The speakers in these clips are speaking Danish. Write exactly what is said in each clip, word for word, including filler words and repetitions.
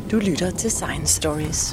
Du lytter til Science Stories.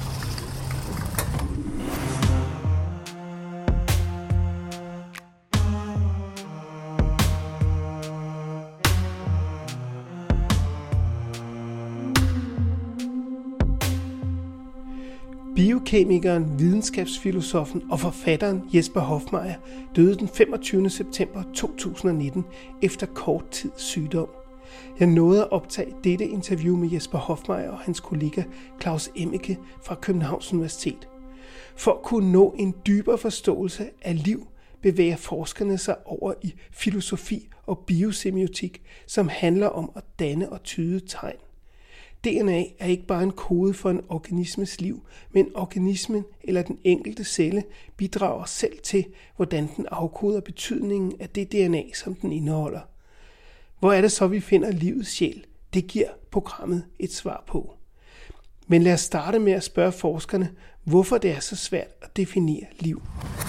Biokemikeren, videnskabsfilosofen og forfatteren Jesper Hoffmeyer døde den femogtyvende september to tusind nitten efter kort tids sygdom. Jeg nåede at optage dette interview med Jesper Hoffmeyer og hans kollega Claus Emmeke fra Københavns Universitet. For at kunne nå en dybere forståelse af liv, bevæger forskerne sig over i filosofi og biosemiotik, som handler om at danne og tyde tegn. D N A er ikke bare en kode for en organismes liv, men organismen eller den enkelte celle bidrager selv til, hvordan den afkoder betydningen af det D N A, som den indeholder. Hvor er det så, vi finder livets sjæl? Det giver programmet et svar på. Men lad os starte med at spørge forskerne, hvorfor det er så svært at definere liv.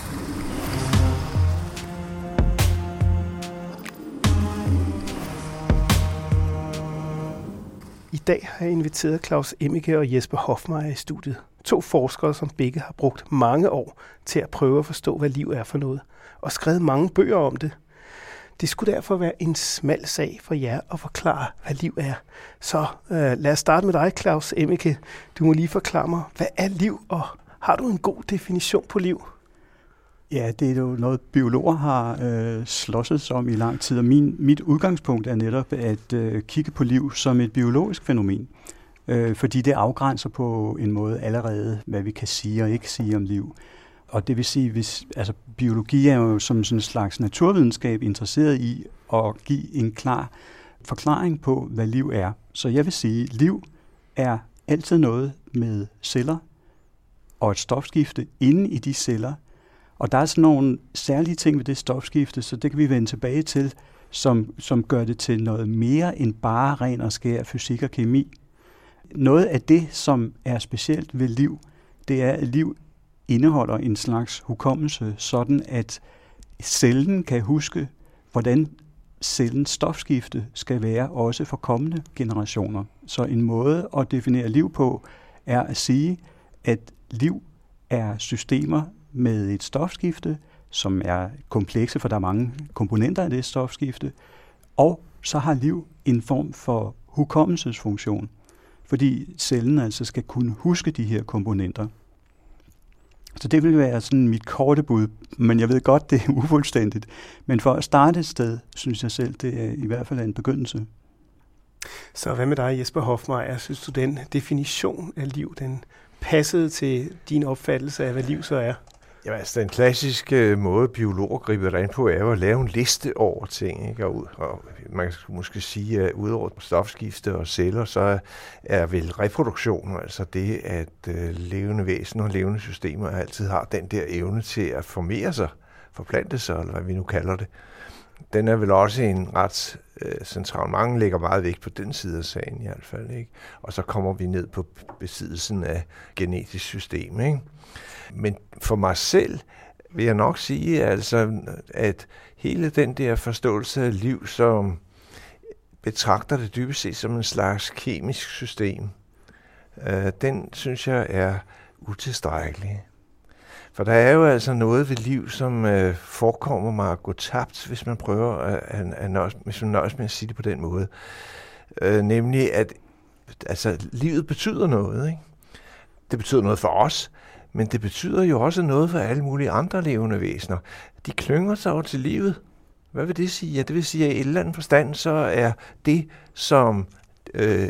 I dag har jeg inviteret Claus Emmeke og Jesper Hoffmeyer i studiet. To forskere, som begge har brugt mange år til at prøve at forstå, hvad liv er for noget, og skrevet mange bøger om det. Det skulle derfor være en smal sag for jer at forklare, hvad liv er. Så øh, lad os starte med dig, Claus Emmeke. Du må lige forklare mig, hvad er liv, og har du en god definition på liv? Ja, det er jo noget, biologer har øh, slåsset om i lang tid, og min, mit udgangspunkt er netop at øh, kigge på liv som et biologisk fænomen, øh, fordi det afgrænser på en måde allerede, hvad vi kan sige og ikke sige om liv. Og det vil sige, hvis altså biologi er jo som sådan en slags naturvidenskab interesseret i at give en klar forklaring på, hvad liv er. Så jeg vil sige, at liv er altid noget med celler og et stofskifte inde i de celler. Og der er sådan nogle særlige ting ved det stofskifte, så det kan vi vende tilbage til, som, som gør det til noget mere end bare ren og skær fysik og kemi. Noget af det, som er specielt ved liv, det er, at liv indeholder en slags hukommelse, sådan at cellen kan huske, hvordan cellens stofskifte skal være også for kommende generationer. Så en måde at definere liv på er at sige, at liv er systemer med et stofskifte, som er komplekse, for der er mange komponenter af det stofskifte, og så har liv en form for hukommelsesfunktion, fordi cellen altså skal kunne huske de her komponenter. Så det vil være sådan mit korte bud, men jeg ved godt, det er ufuldstændigt. Men for at starte et sted, synes jeg selv, det er i hvert fald en begyndelse. Så hvad med dig, Jesper Hoffmeyer? Synes du, den definition af liv, den passede til din opfattelse af, hvad liv så er? Jamen, altså, den klassiske måde, biologer griber dig ind på, er jo at lave en liste over ting. Ikke? Og, og man kan måske sige, at udover stofskifte og celler, så er vel reproduktion, altså det, at øh, levende væsener og levende systemer altid har den der evne til at formere sig, forplante sig, eller hvad vi nu kalder det. Den er vel også en ret øh, central. Mange lægger meget vægt på den side af sagen i hvert fald. Ikke? Og så kommer vi ned på besiddelsen af genetisk system, ikke? Men for mig selv vil jeg nok sige, altså, at hele den der forståelse af liv, som betragter det dybest set som en slags kemisk system, øh, den synes jeg er utilstrækkelig. For der er jo altså noget ved liv, som øh, forekommer mig at gå tabt, hvis man prøver at, at, at nøjes, hvis man nøjes med at sige det på den måde. Øh, nemlig, at altså, livet betyder noget, ikke? Det betyder noget for os, men det betyder jo også noget for alle mulige andre levende væsener. De klynger sig over til livet. Hvad vil det sige? Ja, det vil sige, at i et eller andet forstand, så er det, som øh,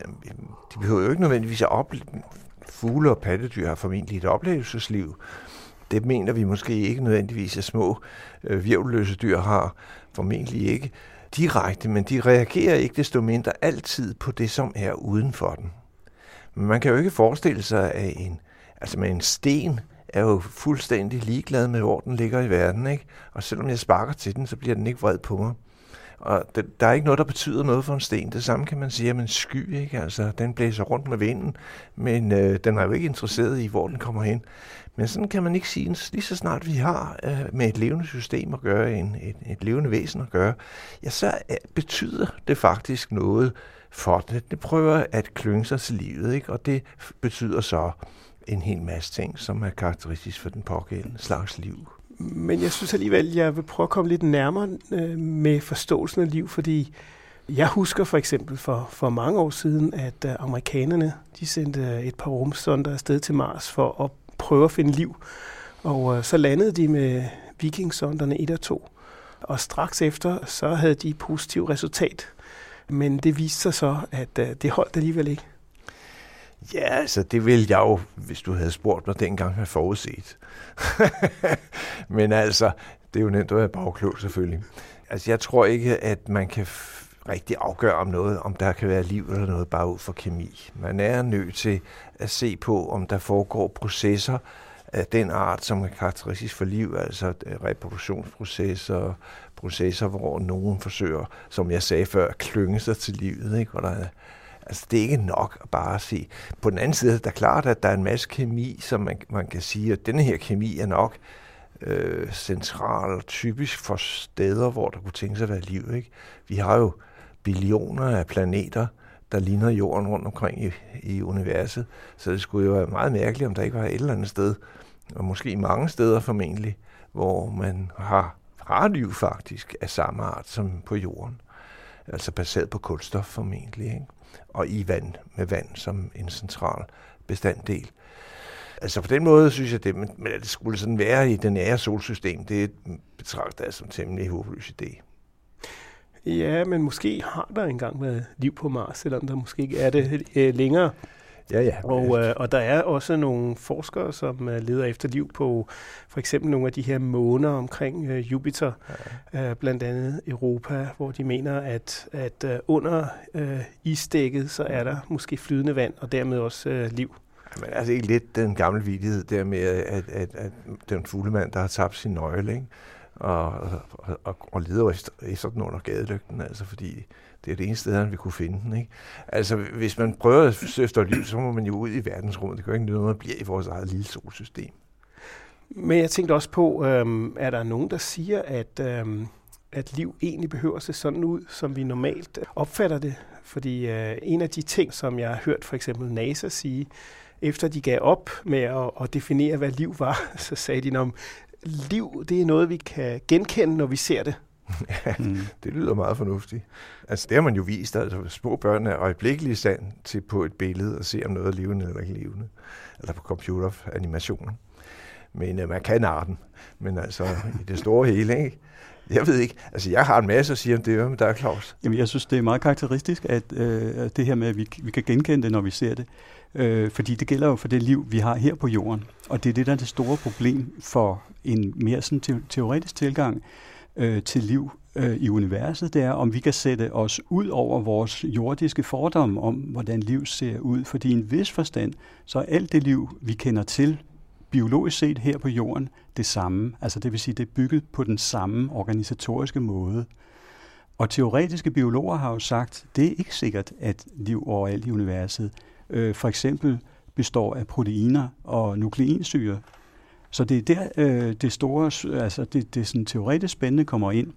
de behøver jo ikke nødvendigvis at opleve. Fugle og pattedyr har formentlig et oplevelsesliv. Det mener vi måske ikke nødvendigvis, at små øh, virvelløse dyr har. Formentlig ikke direkte, men de reagerer ikke desto mindre altid på det, som er uden for den. Men man kan jo ikke forestille sig, at en, altså med en sten er jo fuldstændig ligeglad med, hvor den ligger i verden, ikke? Og selvom jeg sparker til den, så bliver den ikke vred på mig. Og det, der er ikke noget, der betyder noget for en sten. Det samme kan man sige om en sky, ikke? Altså, den blæser rundt med vinden, men øh, den er jo ikke interesseret i, hvor den kommer hen. Men sådan kan man ikke sige, lige så snart vi har øh, med et levende system at gøre, en, et, et levende væsen at gøre, ja, så øh, betyder det faktisk noget for det. Det prøver at klynge sig til livet, ikke? Og det betyder så en hel masse ting, som er karakteristisk for den pågældende slags liv. Men jeg synes alligevel, jeg vil prøve at komme lidt nærmere øh, med forståelsen af liv, fordi jeg husker for eksempel for, for mange år siden, at øh, amerikanerne de sendte et par rumsonder afsted til Mars for at prøve at finde liv. Og øh, så landede de med Viking-sonderne et og to. Og straks efter, så havde de positivt resultat. Men det viste sig så, at øh, det holdt alligevel ikke. Ja, altså det ville jeg jo, hvis du havde spurgt mig dengang, have forudset. Men altså, det er jo nemt at være bagklog selvfølgelig. Altså jeg tror ikke, at man kan f- rigtig afgøre om noget, om der kan være liv eller noget bare ud fra kemi. Man er nødt til at se på, om der foregår processer af den art, som er karakteristisk for liv, altså reproduktionsprocesser, processer, hvor nogen forsøger, som jeg sagde før, at klynge sig til livet, ikke? Hvor der er, altså det er ikke nok at bare se. På den anden side er det klart, at der er en masse kemi, som man, man kan sige, at denne her kemi er nok øh, central og typisk for steder, hvor der kunne tænke sig at være liv, ikke? Vi har jo billioner af planeter, der ligner jorden rundt omkring i, i universet, så det skulle jo være meget mærkeligt, om der ikke var et eller andet sted, og måske mange steder formentlig, hvor man har, har liv faktisk af samme art som på jorden. Altså baseret på kulstof formentlig, ikke? Og i vand, med vand som en central bestanddel. Altså på den måde synes jeg, det, men det skulle sådan være i det nære solsystem, det betragter jeg som temmelig håbløs idé. Ja, men måske har der engang været liv på Mars, selvom der måske ikke er det øh, længere. Ja, ja. Og, øh, og der er også nogle forskere, som øh, leder efter liv på for eksempel nogle af de her måner omkring øh, Jupiter, ja. øh, blandt andet Europa, hvor de mener, at, at øh, under øh, isdækket, så er der måske flydende vand, og dermed også øh, liv. Men altså ikke lidt den gamle vidighed der med, at, at, at den fuglemand, der har tabt sin nøgle, ikke? Og, og, og, og leder efter, efter den under gadelygten, altså fordi det er det eneste sted, han vil kunne finde den, ikke? Altså, hvis man prøver at søge efter liv, så må man jo ud i verdensrummet. Det kan jo ikke noget, man bliver i vores eget lille solsystem. Men jeg tænkte også på, øhm, er der nogen, der siger, at, øhm, at liv egentlig behøver at se sådan ud, som vi normalt opfatter det? Fordi øh, en af de ting, som jeg har hørt for eksempel NASA sige, efter de gav op med at, at definere, hvad liv var, så sagde de, om liv, det er noget, vi kan genkende, når vi ser det. Ja, mm. Det lyder meget fornuftigt. Altså, det har man jo vist, altså små børn er øjeblikkeligt i stand til på et billede at se, om noget er levende eller ikke levende. Eller på computeranimationer. Men uh, man kan arten. Men altså, i det store hele, ikke? Jeg ved ikke. Altså, jeg har en masse at sige om det, men der er Claus. Jamen, jeg synes, det er meget karakteristisk, at øh, det her med, at vi, vi kan genkende det, når vi ser det. Øh, fordi det gælder jo for det liv, vi har her på jorden. Og det er det, der er det store problem for en mere sådan te- teoretisk tilgang øh, til liv øh, i universet. Det er, om vi kan sætte os ud over vores jordiske fordomme om, hvordan liv ser ud. Fordi i en vis forstand, så er alt det liv, vi kender til, biologisk set her på jorden, det samme. Altså det vil sige, det er bygget på den samme organisatoriske måde. Og teoretiske biologer har jo sagt, det er ikke sikkert, at liv overalt i universet øh, for eksempel består af proteiner og nukleinsyre. Så det er der, øh, det store, altså det, det sådan teoretisk spændende kommer ind,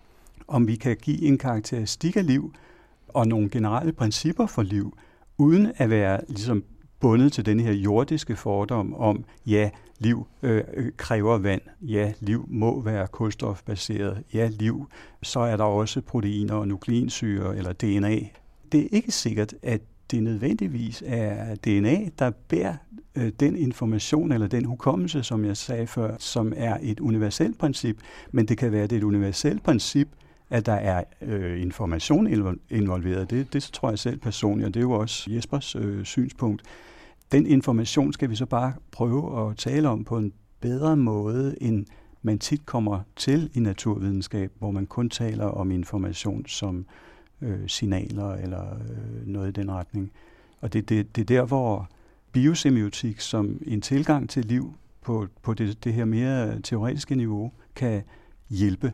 om vi kan give en karakteristik af liv og nogle generelle principper for liv, uden at være ligesom bundet til den her jordiske fordom om, ja, liv øh, kræver vand, ja, liv må være kulstofbaseret, ja, liv, så er der også proteiner og nukleinsyre eller D N A. Det er ikke sikkert, at det nødvendigvis er D N A, der bærer øh, den information eller den hukommelse, som jeg sagde før, som er et universelt princip, men det kan være, det er et universelt princip, at der er øh, information involveret. Det, det tror jeg selv personligt, og det er jo også Jespers øh, synspunkt. Den information skal vi så bare prøve at tale om på en bedre måde, end man tit kommer til i naturvidenskab, hvor man kun taler om information som øh, signaler eller øh, noget i den retning. Og det, det, det er der, hvor biosemiotik som en tilgang til liv på, på det, det her mere teoretiske niveau kan hjælpe.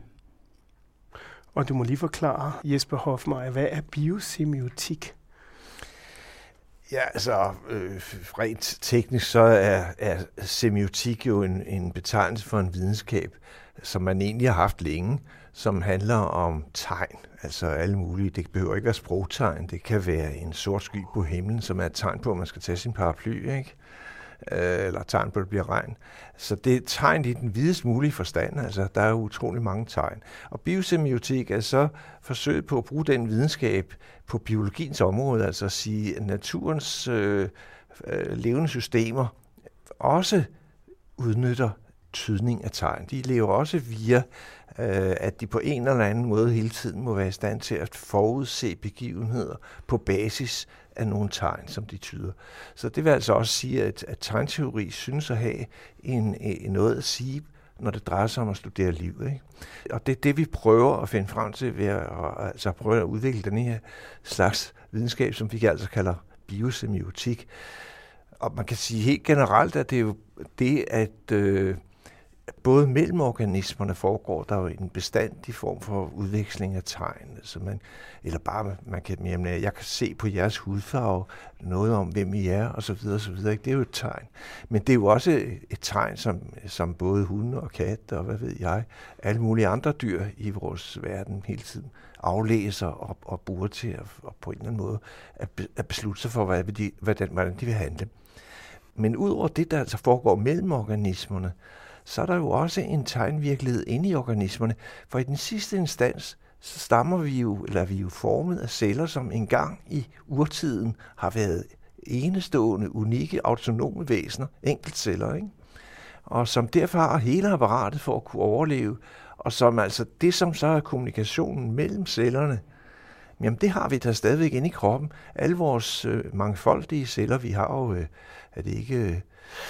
Og du må lige forklare, Jesper Hoffmeier, hvad er biosemiotik? Ja, altså øh, rent teknisk så er, er semiotik jo en, en betegnelse for en videnskab, som man egentlig har haft længe, som handler om tegn, altså alle mulige. Det behøver ikke være sprogtegn, det kan være en sort sky på himlen, som er et tegn på, at man skal tage sin paraply, ikke? Eller tegn på, at det bliver regn. Så det er tegn i den videst mulige forstand, altså der er utrolig mange tegn. Og biosemiotik er så forsøget på at bruge den videnskab på biologiens område, altså at sige, at naturens øh, øh, levende systemer også udnytter tydning af tegn. De lever også via, øh, at de på en eller anden måde hele tiden må være i stand til at forudse begivenheder på basis af nogle tegn, som de tyder. Så det vil altså også sige, at, at tegnteori synes at have en, en noget at sige, når det drejer sig om at studere liv. Ikke? Og det er det, vi prøver at finde frem til ved at, altså prøve at udvikle den her slags videnskab, som vi altså kalder biosemiotik. Og man kan sige helt generelt, at det er jo det, at øh, både mellem organismerne foregår der jo en bestandig form for udveksling af tegn. Så man, eller bare, man kan, jamen, jeg kan se på jeres hudfarve noget om, hvem I er, og så videre, og så videre. Det er jo et tegn. Men det er jo også et tegn, som, som både hunde og katte, og hvad ved jeg, alle mulige andre dyr i vores verden hele tiden aflæser og, og bruger til at, og på en eller anden måde at, at beslutte sig for, hvad de, hvordan, hvordan de vil handle. Men udover det, der altså foregår mellem organismerne, så er der jo også en tegnvirkelighed inde i organismerne. For i den sidste instans, så stammer vi jo, eller vi er jo formet af celler, som engang i urtiden har været enestående, unikke, autonome væsener, enkeltceller, ikke? Og som derfor har hele apparatet for at kunne overleve, og som altså det, som så er kommunikationen mellem cellerne, jamen det har vi da stadigvæk inde i kroppen. Alle vores øh, mangfoldige celler, vi har jo, øh, er det ikke øh,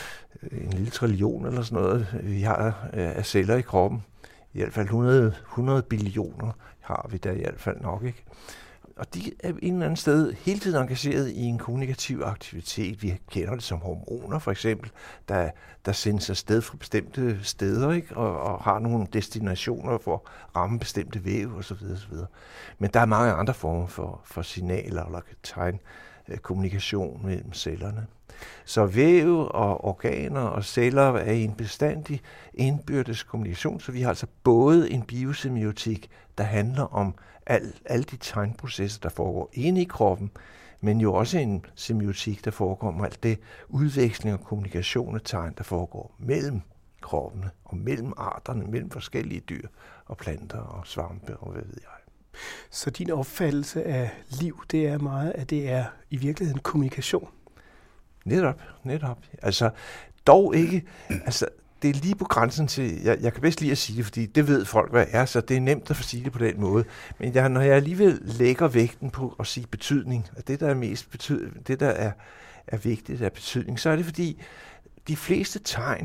en lille trillion eller sådan noget, vi har øh, af celler i kroppen. I hvert fald hundrede, hundrede billioner har vi der i hvert fald nok, ikke? Og de er en eller anden sted hele tiden engageret i en kommunikativ aktivitet. Vi kender det som hormoner, for eksempel, der, der sendes afsted fra bestemte steder, ikke? Og, og har nogle destinationer for at ramme bestemte væv osv. osv. Men der er mange andre former for, for signaler eller tegn, eh, kommunikation mellem cellerne. Så væv og organer og celler er i en bestandig indbyrdes kommunikation, så vi har altså både en biosemiotik, der handler om al, alle de tegnprocesser, der foregår inde i kroppen, men jo også en semiotik, der foregår om alt det udveksling og kommunikation af tegn, der foregår mellem kroppene og mellem arterne, mellem forskellige dyr og planter og svampe og hvad ved jeg. Så din opfattelse af liv, det er meget, at det er i virkeligheden kommunikation? Netop, netop. Altså, dog ikke, altså, det er lige på grænsen til, jeg, jeg kan bedst lide at sige det, fordi det ved folk, hvad er, så det er nemt at få sige det på den måde. Men jeg, når jeg alligevel lægger vægten på at sige betydning, og det, der er mest betyd, det, der er, er vigtigt af betydning, så er det, fordi de fleste tegn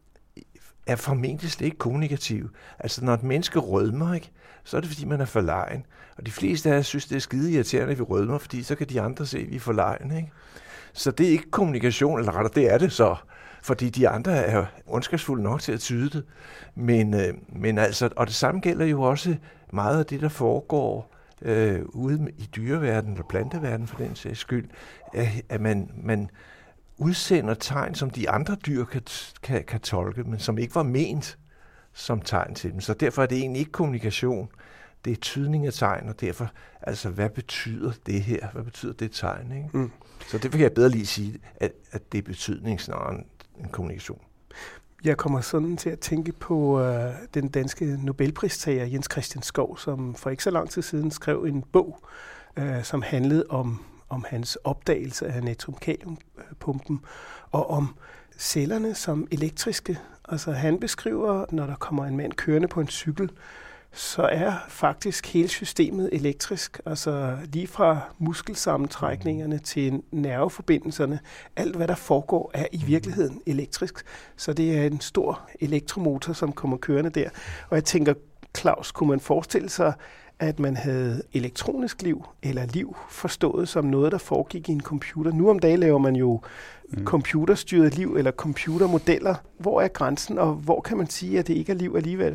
er formentlig slet ikke kommunikative. Altså, når et menneske rødmer, ikke, så er det, fordi man er forlegen. Og de fleste af os synes, det er skide irriterende, at vi rødmer, fordi så kan de andre se, at vi er forlegen, ikke? Så det er ikke kommunikation, eller rettere, det er det så, fordi de andre er ondskabsfulde nok til at tyde det. Men, øh, men altså, og det samme gælder jo også meget af det, der foregår øh, ude i dyreverdenen, eller planteverdenen for den sags skyld, at, at man, man udsender tegn, som de andre dyr kan, kan, kan tolke, men som ikke var ment som tegn til dem. Så derfor er det egentlig ikke kommunikation. Det er tydning af tegn, og derfor, altså, hvad betyder det her? Hvad betyder det tegn, ikke? Mm. Så det vil jeg bedre lige sige, at, at det er betydning snarere end en kommunikation. Jeg kommer sådan til at tænke på øh, den danske Nobelpristager Jens Christian Skov, som for ikke så lang tid siden skrev en bog, øh, som handlede om, om hans opdagelse af natrium-kalium-pumpen, og om cellerne som elektriske. Altså han beskriver, når der kommer en mand kørende på en cykel, så er faktisk hele systemet elektrisk, altså lige fra muskelsammentrækningerne til nerveforbindelserne. Alt, hvad der foregår, er i virkeligheden elektrisk. Så det er en stor elektromotor, som kommer kørende der. Og jeg tænker, Claus, kunne man forestille sig, at man havde elektronisk liv eller liv forstået som noget, der foregik i en computer? Nu om dagen laver man jo mm. computerstyret liv eller computermodeller. Hvor er grænsen, og hvor kan man sige, at det ikke er liv alligevel?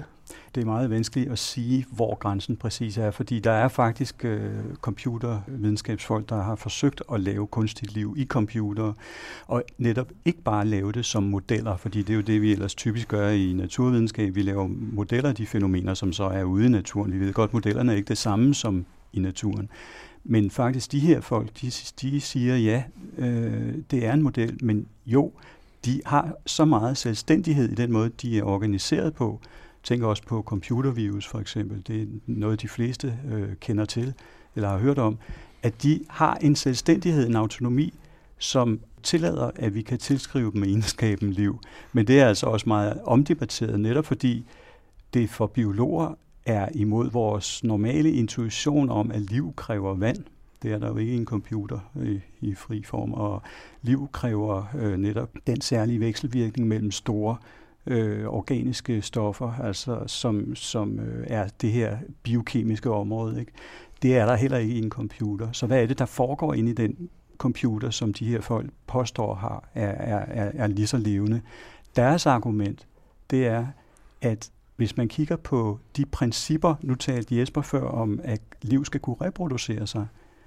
Det er meget vanskeligt at sige, hvor grænsen præcis er, fordi der er faktisk øh, computervidenskabsfolk, der har forsøgt at lave kunstigt liv i computere, og netop ikke bare lave det som modeller, fordi det er jo det, vi ellers typisk gør i naturvidenskab. Vi laver modeller af de fænomener, som så er ude i naturen. Vi ved godt, modellerne er ikke det samme som i naturen. Men faktisk de her folk, de, de siger, ja, øh, det er en model, men jo, de har så meget selvstændighed i den måde, de er organiseret på. Tænk også på computervirus for eksempel. Det er noget, de fleste øh, kender til eller har hørt om. At de har en selvstændighed, en autonomi, som tillader, at vi kan tilskrive dem egenskaben liv. Men det er altså også meget omdebatteret, netop fordi det for biologer er imod vores normale intuition om, at liv kræver vand. Det er der jo ikke i en computer i, i fri form, og liv kræver øh, netop den særlige vekselvirkning mellem store øh, organiske stoffer, altså som, som øh, er det her biokemiske område, ikke? Det er der heller ikke i en computer. Så hvad er det, der foregår inde i den computer, som de her folk påstår har, er, er, er, er lige så levende? Deres argument, det er, at hvis man kigger på de principper, nu talte Jesper før om, at liv skal kunne reproducere sig,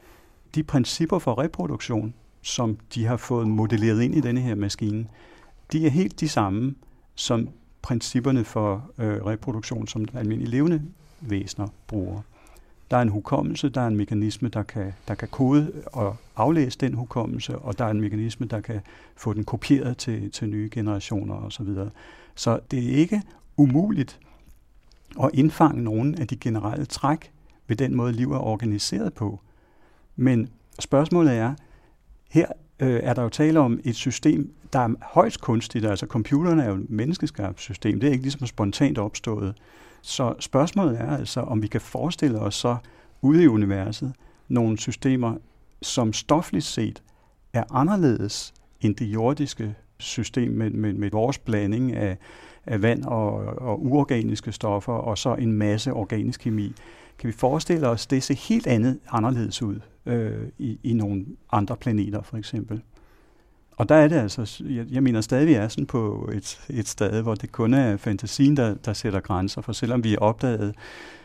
de principper for reproduktion, som de har fået modelleret ind i denne her maskine, de er helt de samme som principperne for øh, reproduktion, som almindelige levende væsener bruger. Der er en hukommelse, der er en mekanisme, der kan, der kan kode og aflæse den hukommelse, og der er en mekanisme, der kan få den kopieret til, til nye generationer osv. Så, så det er ikke umuligt at indfange nogle af de generelle træk ved den måde, liv er organiseret på. Men spørgsmålet er, her øh, er der jo tale om et system, der er højst kunstigt. Altså computerne er jo et menneskeskabt system. Det er ikke ligesom spontant opstået. Så spørgsmålet er altså, om vi kan forestille os så ude i universet nogle systemer, som stofligt set er anderledes end det jordiske system med, med, med vores blanding af, af vand og, og uorganiske stoffer og så en masse organisk kemi. Kan vi forestille os, det ser helt andet anderledes ud øh, i, i nogle andre planeter for eksempel? Og der er det altså, jeg, jeg mener stadig, vi er sådan på et, et sted, hvor det kun er fantasien, der, der sætter grænser. For selvom vi er opdaget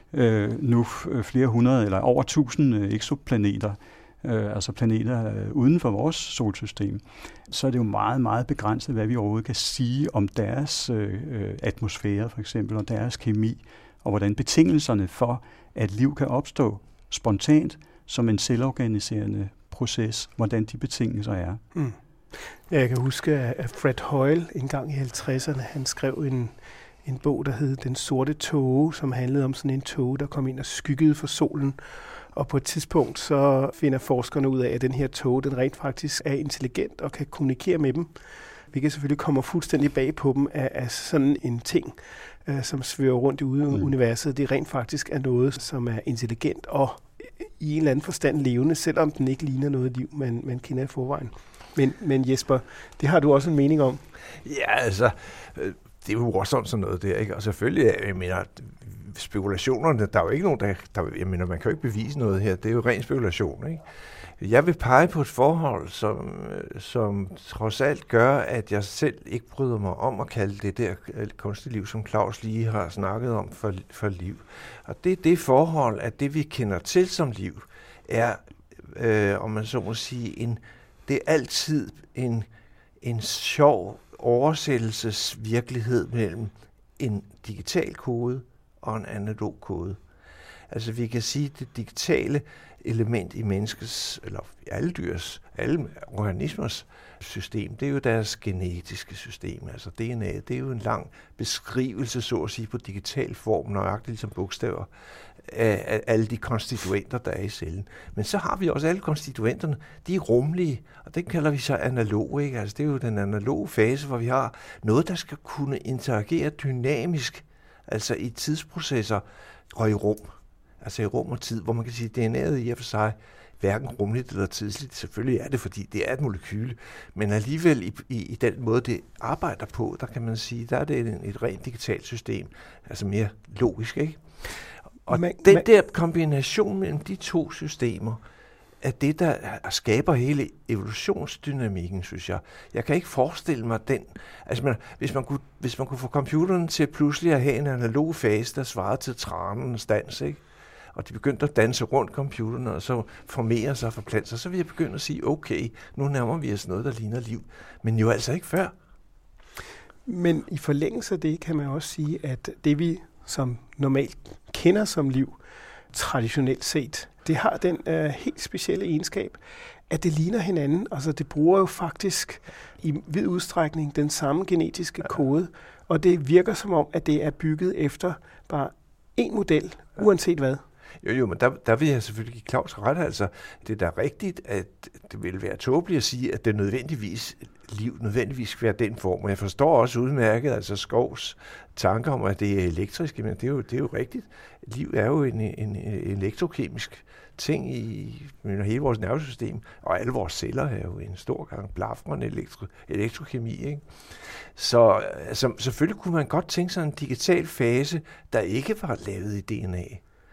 øh, nu flere hundrede eller over tusind eksoplaneter, øh, altså planeter øh, uden for vores solsystem, så er det jo meget, meget begrænset, hvad vi overhovedet kan sige om deres øh, atmosfære for eksempel, og deres kemi, og hvordan betingelserne for, at liv kan opstå spontant som en selvorganiserende proces, hvordan de betingelser er. Mm. Jeg kan huske, at Fred Hoyle en gang i halvtredserne, han skrev en, en bog, der hed Den sorte tåge, som handlede om sådan en tåge, der kom ind og skyggede for solen. Og på et tidspunkt så finder forskerne ud af, at den her tåge, den rent faktisk er intelligent og kan kommunikere med dem. Vi kan selvfølgelig komme fuldstændig bag på dem af, af sådan en ting, øh, som svæver rundt ude i mm. universet. Det rent faktisk er noget, som er intelligent og i en eller anden forstand levende, selvom den ikke ligner noget liv, man, man kender i forvejen. Men, men Jesper, det har du også en mening om. Ja, altså, det er jo også sådan noget der, ikke? Og selvfølgelig, jeg mener, spekulationerne, der er jo ikke nogen, der, der jeg mener, man kan jo ikke bevise noget her, det er jo ren spekulation, ikke? Jeg vil pege på et forhold, som, som trods alt gør, at jeg selv ikke bryder mig om at kalde det der kunstige liv, som Claus lige har snakket om for, for liv. Og det er det forhold, at det vi kender til som liv, er, øh, om man så må sige, en det er altid en, en sjov oversættelsesvirkelighed mellem en digital kode og en analog kode. Altså vi kan sige, at det digitale element i menneskets, eller i alle dyrs, alle organismers system, det er jo deres genetiske system. Altså D N A, det er jo en lang beskrivelse, så at sige, på digital form, nøjagtigt ligesom bogstaver, af, af alle de konstituenter, der er i cellen. Men så har vi også alle konstituenterne, de er rumlige, og det kalder vi så analog, ikke? Altså det er jo den analoge fase, hvor vi har noget, der skal kunne interagere dynamisk, altså i tidsprocesser og i rum. Altså i rum og tid, hvor man kan sige, at D N A'et i og for sig hverken rumligt eller tidsligt. Selvfølgelig er det, fordi det er et molekyle, men alligevel i, i, i den måde, det arbejder på, der kan man sige, der er det et, et rent digitalt system, altså mere logisk, ikke? Og man, den man... der kombination mellem de to systemer er det, der skaber hele evolutionsdynamikken, synes jeg. Jeg kan ikke forestille mig den. Altså, man, hvis, man kunne, hvis man kunne få computeren til pludselig at have en analog fase, der svarede til tranens dans, ikke? Og de begyndte at danse rundt computeren, og så formere sig og forplante sig, så vil jeg begynde at sige, okay, nu nærmer vi os noget, der ligner liv. Men jo altså ikke før. Men i forlængelse af det kan man også sige, at det vi som normalt kender som liv, traditionelt set, det har den øh, helt specielle egenskab, at det ligner hinanden. Altså det bruger jo faktisk i vid udstrækning den samme genetiske kode, og det virker som om, at det er bygget efter bare én model, uanset hvad. Jo, jo, men der, der vil jeg selvfølgelig give Claus ret. Altså, det er da rigtigt, at det vil være tåbeligt at sige, at det nødvendigvis liv nødvendigvis skal være den form. Og jeg forstår også udmærket, altså Skovs tanker om, at det er elektrisk, men det er jo, det er jo rigtigt. Liv er jo en, en, en elektrokemisk ting i hele vores nervesystem, og alle vores celler er jo en stor gang blafrende elektro, elektrokemi, ikke? Så altså, selvfølgelig kunne man godt tænke sig en digital fase, der ikke var lavet i D N A.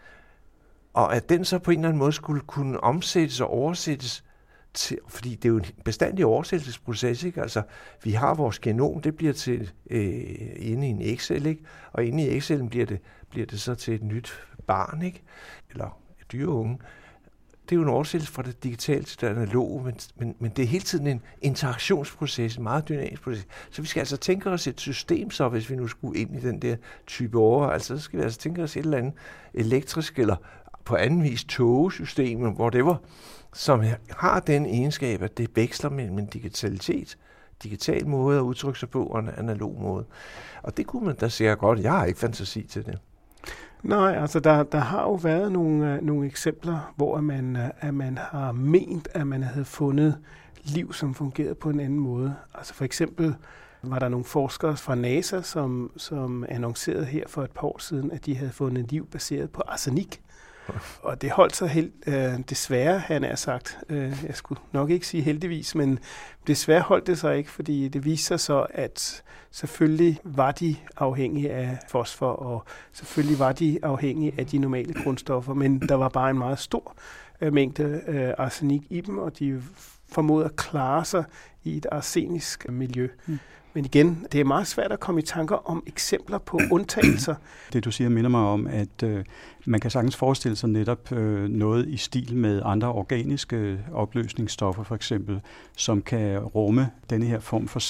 Og at den så på en eller anden måde skulle kunne omsættes og oversættes til, fordi det er jo en bestandig oversættelsesproces, ikke? Altså, vi har vores genom, det bliver til øh, inde i en Excel, ikke? Og inde i Excel'en bliver det, bliver det så til et nyt barn, ikke? Eller et dyreunge. Det er jo en oversættelse fra det digitale til det analoge, men, men, men det er hele tiden en interaktionsproces, en meget dynamisk proces. Så vi skal altså tænke os et system, så hvis vi nu skulle ind i den der type over, altså så skal vi altså tænke os et eller andet elektrisk eller på anden vis togesystem, hvor det var, som har den egenskab, at det veksler mellem en digitalitet, digital måde at udtrykke sig på, og en analog måde. Og det kunne man da sige godt. Jeg har ikke fantasi til det. Nej, altså der, der har jo været nogle, uh, nogle eksempler, hvor man, uh, at man har ment, at man havde fundet liv, som fungerede på en anden måde. Altså for eksempel var der nogle forskere fra NASA, som, som annoncerede her for et par år siden, at de havde fundet liv baseret på arsenik. Og det holdt sig helt, øh, desværre, han er sagt, øh, jeg skulle nok ikke sige heldigvis, men desværre holdt det sig ikke, fordi det viste sig så, at selvfølgelig var de afhængige af fosfor, og selvfølgelig var de afhængige af de normale grundstoffer, men der var bare en meget stor øh, mængde øh, arsenik i dem, og de formåede at klare sig i et arsenisk miljø. Mm. Men igen, det er meget svært at komme i tanker om eksempler på undtagelser. Det du siger minder mig om, at øh, man kan sagtens forestille sig netop øh, noget i stil med andre organiske opløsningsstoffer for eksempel, som kan rumme denne her form for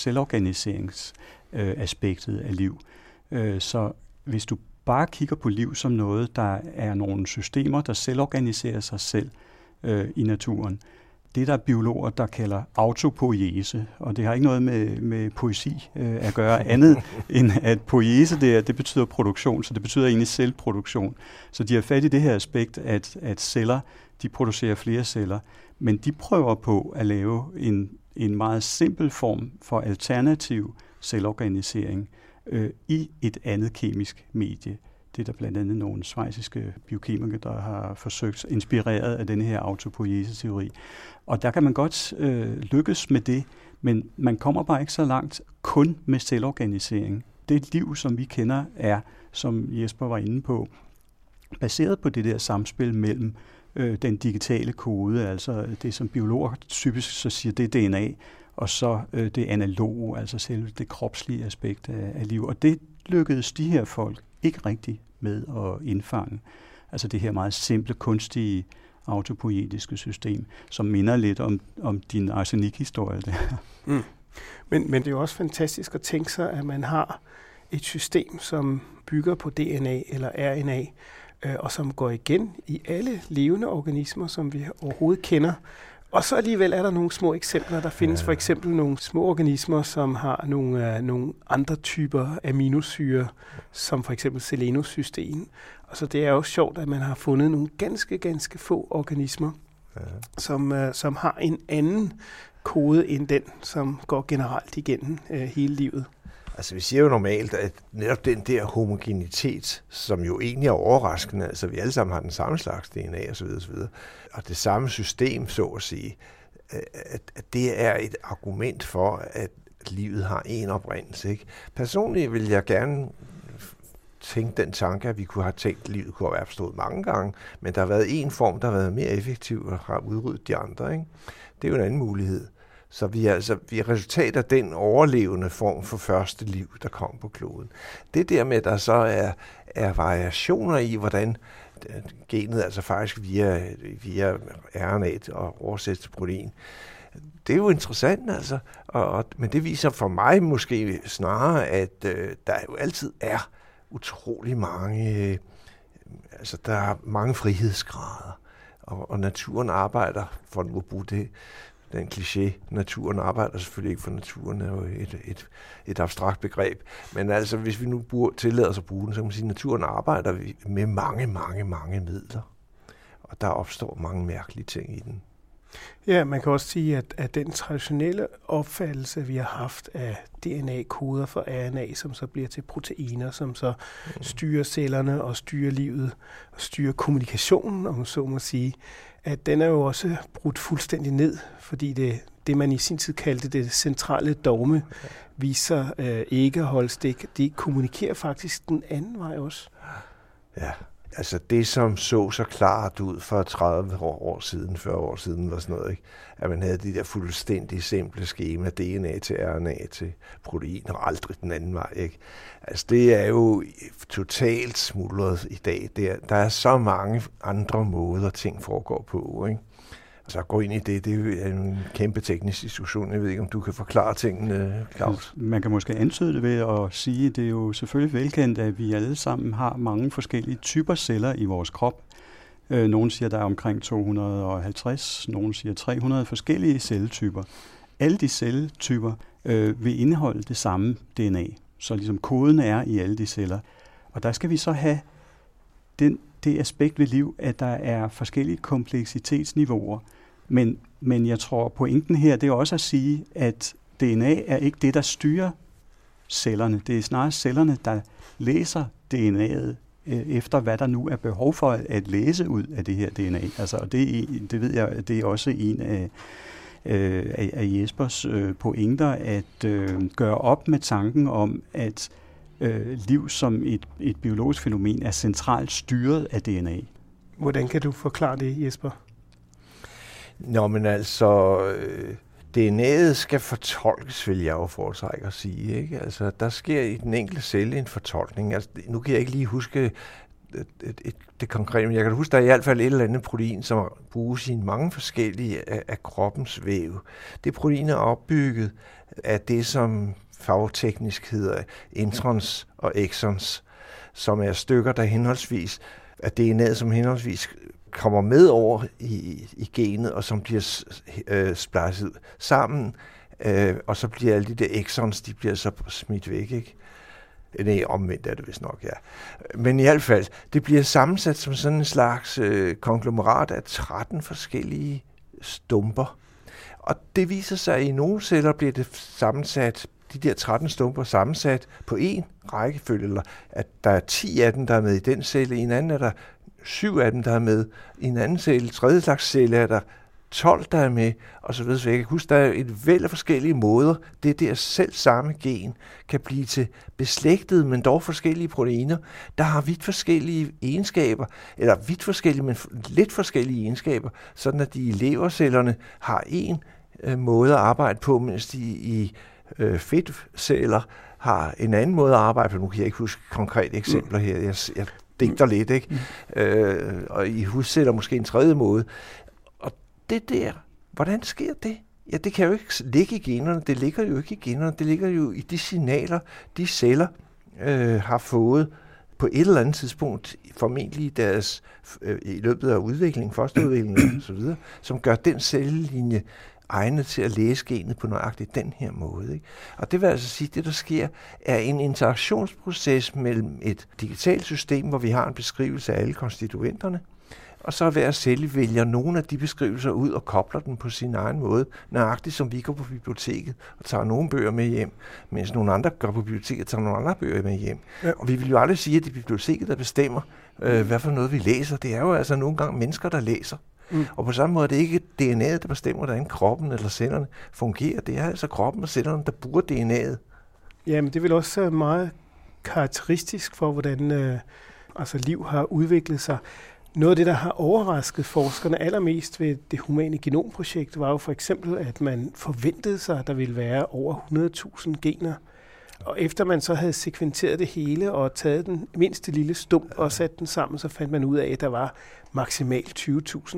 selvorganiseringsaspektet øh, af liv. Øh, så hvis du bare kigger på liv som noget, der er nogle systemer, der selvorganiserer sig selv øh, i naturen, det der er biologer, der kalder autopoiese, og det har ikke noget med, med poesi øh, at gøre andet, end at poiese, det, er, det betyder produktion, så det betyder egentlig selvproduktion. Så de har fat i det her aspekt, at, at celler, de producerer flere celler, men de prøver på at lave en, en meget simpel form for alternativ selvorganisering øh, i et andet kemisk medie. Det er der blandt andet nogle schweiziske biokemikere, der har forsøgt, inspireret af denne her autopoiese-teori. Og der kan man godt øh, lykkes med det, men man kommer bare ikke så langt kun med selvorganisering. Det liv, som vi kender, er, som Jesper var inde på, baseret på det der samspil mellem øh, den digitale kode, altså det, som biologer typisk så siger, det er D N A, og så øh, det analoge, altså selve det kropslige aspekt af, af liv. Og det lykkedes de her folk ikke rigtigt med at indfange. Altså det her meget simple, kunstige, autopoietiske system, som minder lidt om, om din arsenikhistorie der. Mm. Men, men det er jo også fantastisk at tænke sig, at man har et system, som bygger på D N A eller R N A, øh, og som går igen i alle levende organismer, som vi overhovedet kender. Og så alligevel er der nogle små eksempler. Der findes for eksempel nogle små organismer, som har nogle, uh, nogle andre typer aminosyre, som for eksempel selenocystein. Og så det er jo sjovt, at man har fundet nogle ganske, ganske få organismer, ja. som, uh, som har en anden kode end den, som går generelt igennem uh, hele livet. Altså vi siger jo normalt, at netop den der homogenitet, som jo egentlig er overraskende, altså vi alle sammen har den samme slags D N A osv. osv., og det samme system, så at sige, at, at det er et argument for, at livet har en oprindelse, ikke? Personligt vil jeg gerne tænkt den tanke, at vi kunne have tænkt, at livet kunne have opstået mange gange, men der har været en form, der har været mere effektiv og har udryddet de andre. Ikke? Det er jo en anden mulighed. Så vi er altså vi er resultat af den overlevende form for første liv, der kom på kloden. Det der med, at der så er, er variationer i, hvordan genet altså faktisk via, via R N A og oversættes til protein, det er jo interessant altså. Og, og, men det viser for mig måske snarere, at øh, der jo altid er utrolig mange, øh, altså der er mange frihedsgrader, og, og naturen arbejder, for nu at bruge det, den kliché, naturen arbejder selvfølgelig ikke for naturen, er jo et, et, et abstrakt begreb, men altså hvis vi nu bruger, tillader os at bruge den, så kan man sige, at naturen arbejder med mange, mange, mange midler, og der opstår mange mærkelige ting i den. Ja, man kan også sige, at, at den traditionelle opfattelse, vi har haft af D N A-koder for R N A, som så bliver til proteiner, som så mm. styrer cellerne og styrer livet og styrer kommunikationen, om man så må sige, at den er jo også brudt fuldstændig ned, fordi det, det man i sin tid kaldte det centrale dogme, viser øh, ikke at holde stik. Det kommunikerer faktisk den anden vej også. Ja. Altså det, som så så klart ud for tredive år siden, fyrre år siden, var sådan noget, ikke? At man havde de der fuldstændig simple skema, D N A til R N A til protein, og aldrig den anden vej. Ikke? Altså det er jo totalt smuldret i dag. Der, der er så mange andre måder, ting foregår på. Ikke? Så at gå ind i det, det er jo en kæmpe teknisk diskussion. Jeg ved ikke, om du kan forklare tingene, Claus? Man kan måske antyde det ved at sige, at det er jo selvfølgelig velkendt, at vi alle sammen har mange forskellige typer celler i vores krop. Nogle siger, der er omkring to hundrede og halvtreds, nogle siger tre hundrede forskellige celletyper. Alle de celletyper øh, vil indeholde det samme D N A, så ligesom koden er i alle de celler. Og der skal vi så have den, det aspekt ved liv, at der er forskellige kompleksitetsniveauer. Men, men jeg tror, pointen her, det er også at sige, at D N A er ikke det, der styrer cellerne. Det er snarere cellerne, der læser D N A'et øh, efter, hvad der nu er behov for at læse ud af det her D N A. Altså, og det, det ved jeg, det er også en af, øh, af, af Jespers øh, pointer, at øh, gøre op med tanken om, at øh, liv som et, et biologisk fænomen er centralt styret af D N A. Hvordan kan du forklare det, Jesper? Nå, men altså, øh, D N A'et skal fortolkes, vil jeg jo foretrække at sige. Ikke? Altså, der sker i den enkelte celle en fortolkning. Altså, nu kan jeg ikke lige huske et, et, et, det konkrete, men jeg kan huske, der er i hvert fald et eller andet protein, som bruges i mange forskellige af, af kroppens væv. Det protein er opbygget af det, som fagteknisk hedder introns og exons, som er stykker, der henholdsvis af D N A'et, som henholdsvis kommer med over i, i genet, og som bliver øh, splicet sammen, øh, og så bliver alle de der exons, de bliver så smidt væk, ikke? Nej, omvendt er det vist nok, ja. Men i hvert fald, det bliver sammensat som sådan en slags øh, konglomerat af tretten forskellige stumper. Og det viser sig, at i nogle celler bliver det sammensat, de der tretten stumper sammensat på en rækkefølge, eller at der er ti af dem, der er med i den celle, i en anden er der syv af dem, der er med, i en anden celle, tredje slags celle, er der tolv, der er med, og så videre. Så jeg kan huske, der er et væld af forskellige måder, det der selv samme gen kan blive til beslægtede, men dog forskellige proteiner, der har vidt forskellige egenskaber, eller vidt forskellige, men lidt forskellige egenskaber, sådan at de i levercellerne har en øh, måde at arbejde på, mens de i øh, fedtceller har en anden måde at arbejde på. Nu kan jeg ikke huske konkrete eksempler her. Jeg, jeg digter lidt, ikke? Mm. Øh, og I hudceller måske en tredje måde. Og det der, hvordan sker det? Ja, det kan jo ikke ligge i generne. Det ligger jo ikke i generne. Det ligger jo i de signaler, de celler øh, har fået på et eller andet tidspunkt, formentlig i deres øh, i løbet af udviklingen, fosterudviklingen og så videre, som gør den cellelinje egnet til at læse genet på nøjagtigt den her måde. Ikke? Og det vil altså sige, at det, der sker, er en interaktionsproces mellem et digitalt system, hvor vi har en beskrivelse af alle konstituenterne, og så hver celle vælger nogle af de beskrivelser ud og kobler den på sin egen måde, nøjagtigt som vi går på biblioteket og tager nogle bøger med hjem, mens nogle andre går på biblioteket og tager nogle andre bøger med hjem. Ja. Og vi vil jo aldrig sige, at det er biblioteket, der bestemmer, øh, hvad for noget vi læser. Det er jo altså nogle gange mennesker, der læser. Mm. Og på samme måde er det ikke D N A'et, der bestemmer, hvordan kroppen eller cellerne fungerer. Det er altså kroppen og cellerne, der bruger D N A'et. Jamen, det vil også meget karakteristisk for, hvordan øh, altså liv har udviklet sig. Noget af det, der har overrasket forskerne allermest ved det humane genomprojekt, var jo for eksempel, at man forventede sig, at der ville være over hundrede tusind gener. Og efter man så havde sekventeret det hele og taget den mindste lille stump og sat den sammen, så fandt man ud af, at der var maksimalt tyve tusind.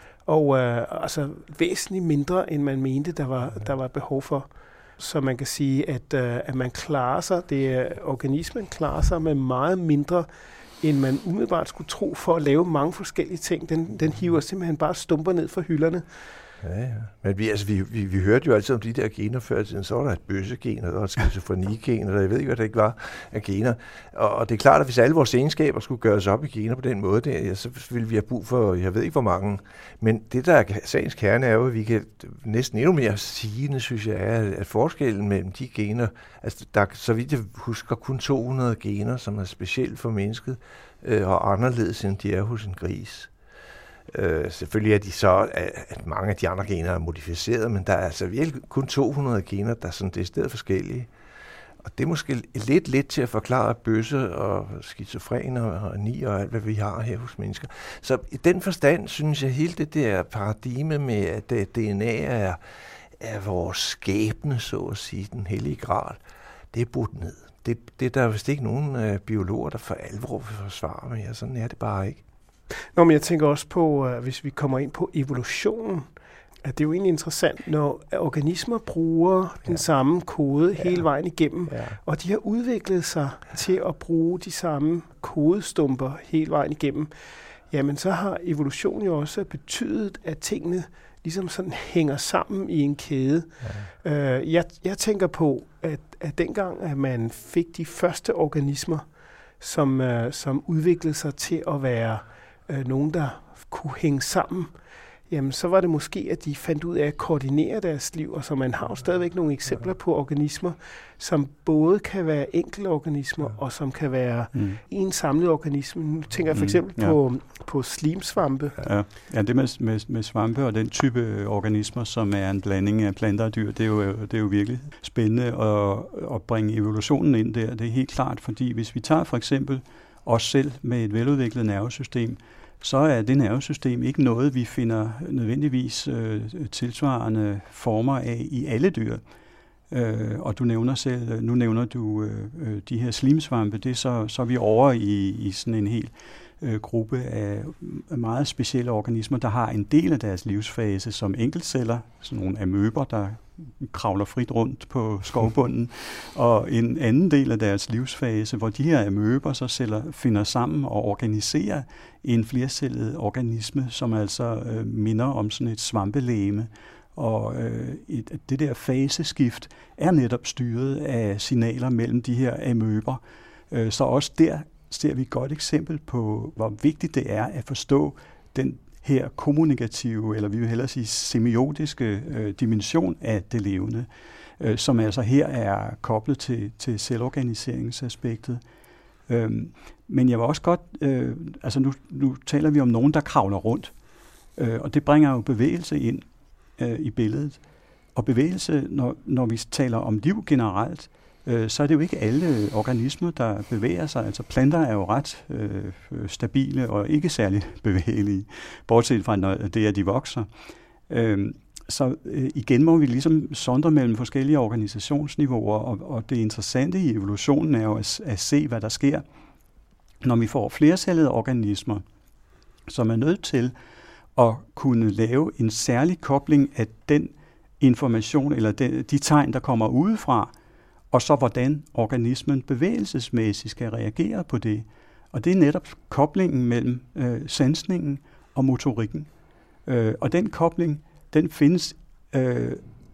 Og øh, altså væsentligt mindre, end man mente, der var, der var behov for. Så man kan sige, at, øh, at man klarer sig, det er, organismen klarer sig med meget mindre, end man umiddelbart skulle tro for at lave mange forskellige ting. Den, den hiver simpelthen bare stumper ned fra hylderne. Ja, ja. Men vi, altså, vi, vi, vi hørte jo altid om de der gener før tiden. Så var der et bøssegen, og der var et skizofreni-gen, og jeg ved ikke, hvad det ikke var af gener. Og, og det er klart, at hvis alle vores egenskaber skulle gøres op i gener på den måde, der, ja, så ville vi have brug for, jeg ved ikke hvor mange. Men det, der er sagens kerne, er jo, at vi kan næsten endnu mere sigende, synes jeg, er, at forskellen mellem de gener, altså der er, så vidt jeg husker, kun to hundrede gener, som er specielt for mennesket, øh, og anderledes, end de er hos en gris. Uh, selvfølgelig er de så, at mange af de andre gener er modificeret, men der er altså virkelig kun to hundrede gener, der er sådan decideret forskellige. Og det er måske lidt let til at forklare bøsse og skizofren og ni og alt, hvad vi har her hos mennesker. Så i den forstand synes jeg, hele det der paradigme med, at D N A er, er vores skæbne, så at sige, den hellige gral, det er brudt ned. Det, det der er vist ikke nogen uh, biologer, der for alvor vil forsvare med, og sådan er det bare ikke. Nå, men jeg tænker også på, uh, hvis vi kommer ind på evolutionen, at det er jo egentlig interessant, når organismer bruger ja. den samme kode ja. hele vejen igennem, ja. og de har udviklet sig ja. til at bruge de samme kodestumper hele vejen igennem, jamen så har evolution jo også betydet, at tingene ligesom sådan hænger sammen i en kæde. Ja. Uh, jeg, jeg tænker på, at, at dengang, at man fik de første organismer, som, uh, som udviklede sig til at være øh, nogen, der kunne hænge sammen, jamen så var det måske, at de fandt ud af at koordinere deres liv, og så man har jo stadigvæk nogle eksempler på organismer, som både kan være enkelte organismer, og som kan være mm. en samlet organisme. Nu tænker jeg for eksempel mm, ja. på, på slimsvampe. Ja, ja det med, med, med svampe og den type organismer, som er en blanding af planter og dyr, det er jo, det er jo virkelig spændende at, at bringe evolutionen ind der. Det er helt klart, fordi hvis vi tager for eksempel os selv med et veludviklet nervesystem, så er det nervesystem ikke noget, vi finder nødvendigvis øh, tilsvarende former af i alle dyr. Øh, og du nævner selv, nu nævner du øh, de her slimsvampe, det er så, så er vi over i, i sådan en hel øh, gruppe af meget specielle organismer, der har en del af deres livsfase som enkeltceller, sådan nogle amøber, der kravler frit rundt på skovbunden, og en anden del af deres livsfase, hvor de her amøber så celler finder sammen og organiserer en flercellet organisme, som altså øh, minder om sådan et svampelegeme. Og øh, et, det der faseskift er netop styret af signaler mellem de her amøber. Øh, så også der ser vi et godt eksempel på, hvor vigtigt det er at forstå den her kommunikative, eller vi vil hellere sige semiotiske øh, dimension af det levende, øh, som altså her er koblet til, til selvorganiseringsaspektet. Øhm, men jeg vil også godt, øh, altså nu, nu taler vi om nogen, der kravler rundt, øh, og det bringer jo bevægelse ind øh, i billedet. Og bevægelse, når, når vi taler om liv generelt, øh, så er det jo ikke alle organismer, der bevæger sig. Altså planter er jo ret øh, stabile og ikke særlig bevægelige, bortset fra når det er, de vokser. Øh, så øh, igen må vi ligesom sondre mellem forskellige organisationsniveauer, og, og det interessante i evolutionen er jo at, at se, hvad der sker, når vi får flercellede organismer, som er nødt til at kunne lave en særlig kobling af den information, eller de, de tegn, der kommer udefra, og så hvordan organismen bevægelsesmæssigt skal reagere på det. Og det er netop koblingen mellem øh, sansningen og motorikken. Øh, og den kobling, den findes øh,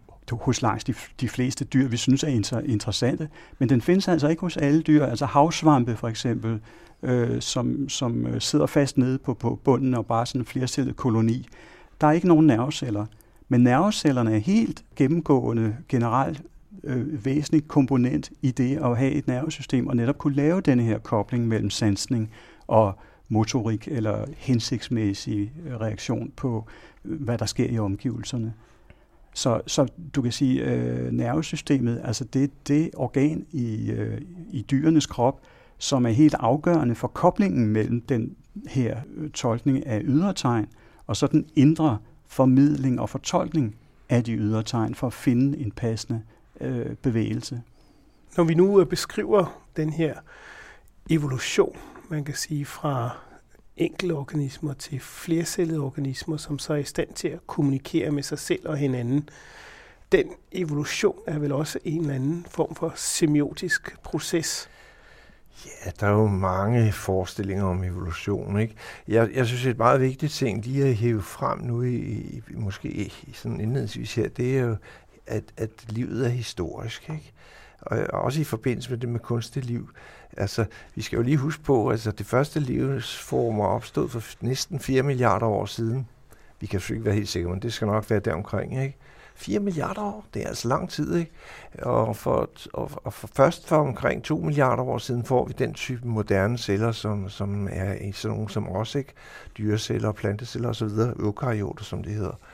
hos langt de, de fleste dyr, vi synes er inter, interessante, men den findes altså ikke hos alle dyr. Altså havsvampe for eksempel, øh, som, som sidder fast nede på, på bunden og bare sådan en flercellet koloni. Der er ikke nogen nerveceller, men nervecellerne er helt gennemgående generelt øh, væsentlig komponent i det at have et nervesystem og netop kunne lave denne her kobling mellem sansning og motorik eller hensigtsmæssig reaktion på, hvad der sker i omgivelserne. Så, så du kan sige, øh, nervesystemet, altså det er det organ i, øh, i dyrenes krop, som er helt afgørende for koblingen mellem den her øh, tolkning af ydre tegn, og så den indre formidling og fortolkning af de ydre tegn, for at finde en passende øh, bevægelse. Når vi nu beskriver den her evolution, man kan sige fra enkelte organismer til flercellede organismer, som så er i stand til at kommunikere med sig selv og hinanden, den evolution er vel også en eller anden form for semiotisk proces? Ja, der er jo mange forestillinger om evolution, ikke? Jeg, jeg synes, et meget vigtigt ting, lige at hæve frem nu, i, i måske i sådan indledningsvis her, det er jo, at, at livet er historisk, ikke? Og også i forbindelse med det med kunstigt liv. Altså, vi skal jo lige huske på, at altså, det første livsformer opstod for næsten fire milliarder år siden. Vi kan jo ikke være helt sikre, men det skal nok være deromkring, ikke? fire milliarder år, det er altså lang tid, ikke? Og, for, og, og for først for omkring to milliarder år siden får vi den type moderne celler, som, som er i sådan nogle som os, ikke? Dyreceller, planteceller osv., eukaryoter, som det hedder.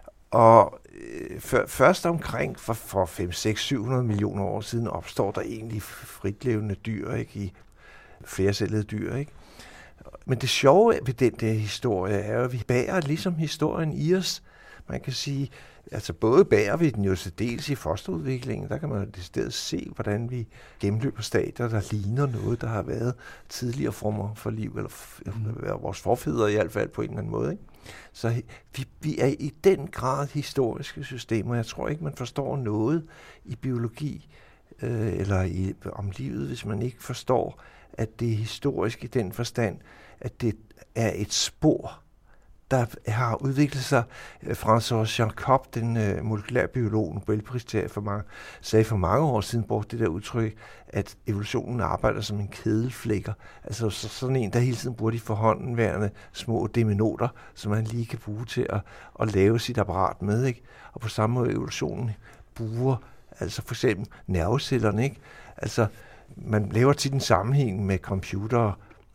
Og øh, for, først omkring for, for fem, seks, syv hundrede millioner år siden opstår der egentlig fritlevende dyr, ikke? I flercellede dyr, ikke? Men det sjove ved den der historie er, at vi bærer ligesom historien i os. Man kan sige, altså både bærer vi den jo så dels i fosterudviklingen, der kan man jo i stedet se, hvordan vi gennemløber stadier, der ligner noget, der har været tidligere former for liv, eller f- vores forfædre i hvert fald på en eller anden måde, ikke? Så vi, vi er i den grad historiske systemer. Jeg tror ikke, man forstår noget i biologi øh, eller i, om livet, hvis man ikke forstår, at det er historisk i den forstand, at det er et spor, der har udviklet sig. François Jacob, den øh, molekylærbiolog, Nobelpristager for mange, sagde for mange år siden, brugte det der udtryk, at evolutionen arbejder som en kedelflækker. Altså så, sådan en, der hele tiden bruger de forhåndenværende små deminoter, som man lige kan bruge til at, at lave sit apparat med, ikke? Og på samme måde evolutionen bruger, altså for eksempel nervecellerne, ikke? Altså man laver tit en sammenhæng med computere,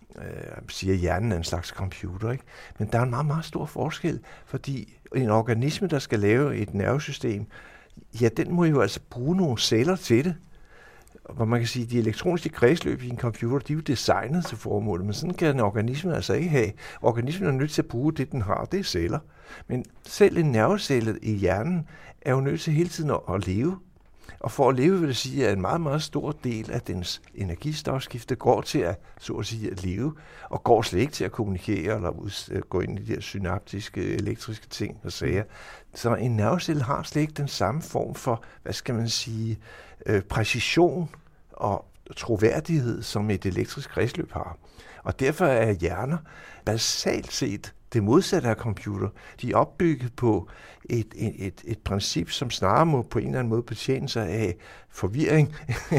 Jeg siger, at hjernen er en slags computer, ikke? Men der er en meget, meget stor forskel, fordi en organisme, der skal lave et nervesystem, ja, den må jo altså bruge nogle celler til det. Hvor man kan sige, at de elektroniske kredsløb i en computer, de er jo designet til formålet, men sådan kan en organisme altså ikke have. Organismen er nødt til at bruge det, den har, det er celler. Men selv en nervecelle i hjernen er jo nødt til hele tiden at, at leve. Og for at leve vil det sige, at en meget, meget stor del af dens energistofskifte går til at, så at sige, at leve, og går slet ikke til at kommunikere eller gå ind i de her synaptiske, elektriske ting og sager. Så en nervecelle har slet ikke den samme form for, hvad skal man sige, øh, præcision og troværdighed, som et elektrisk kredsløb har. Og derfor er hjerner basalt set det modsatte af computer. De er opbygget på et, et, et, et princip, som snarere må på en eller anden måde betjene sig af forvirring,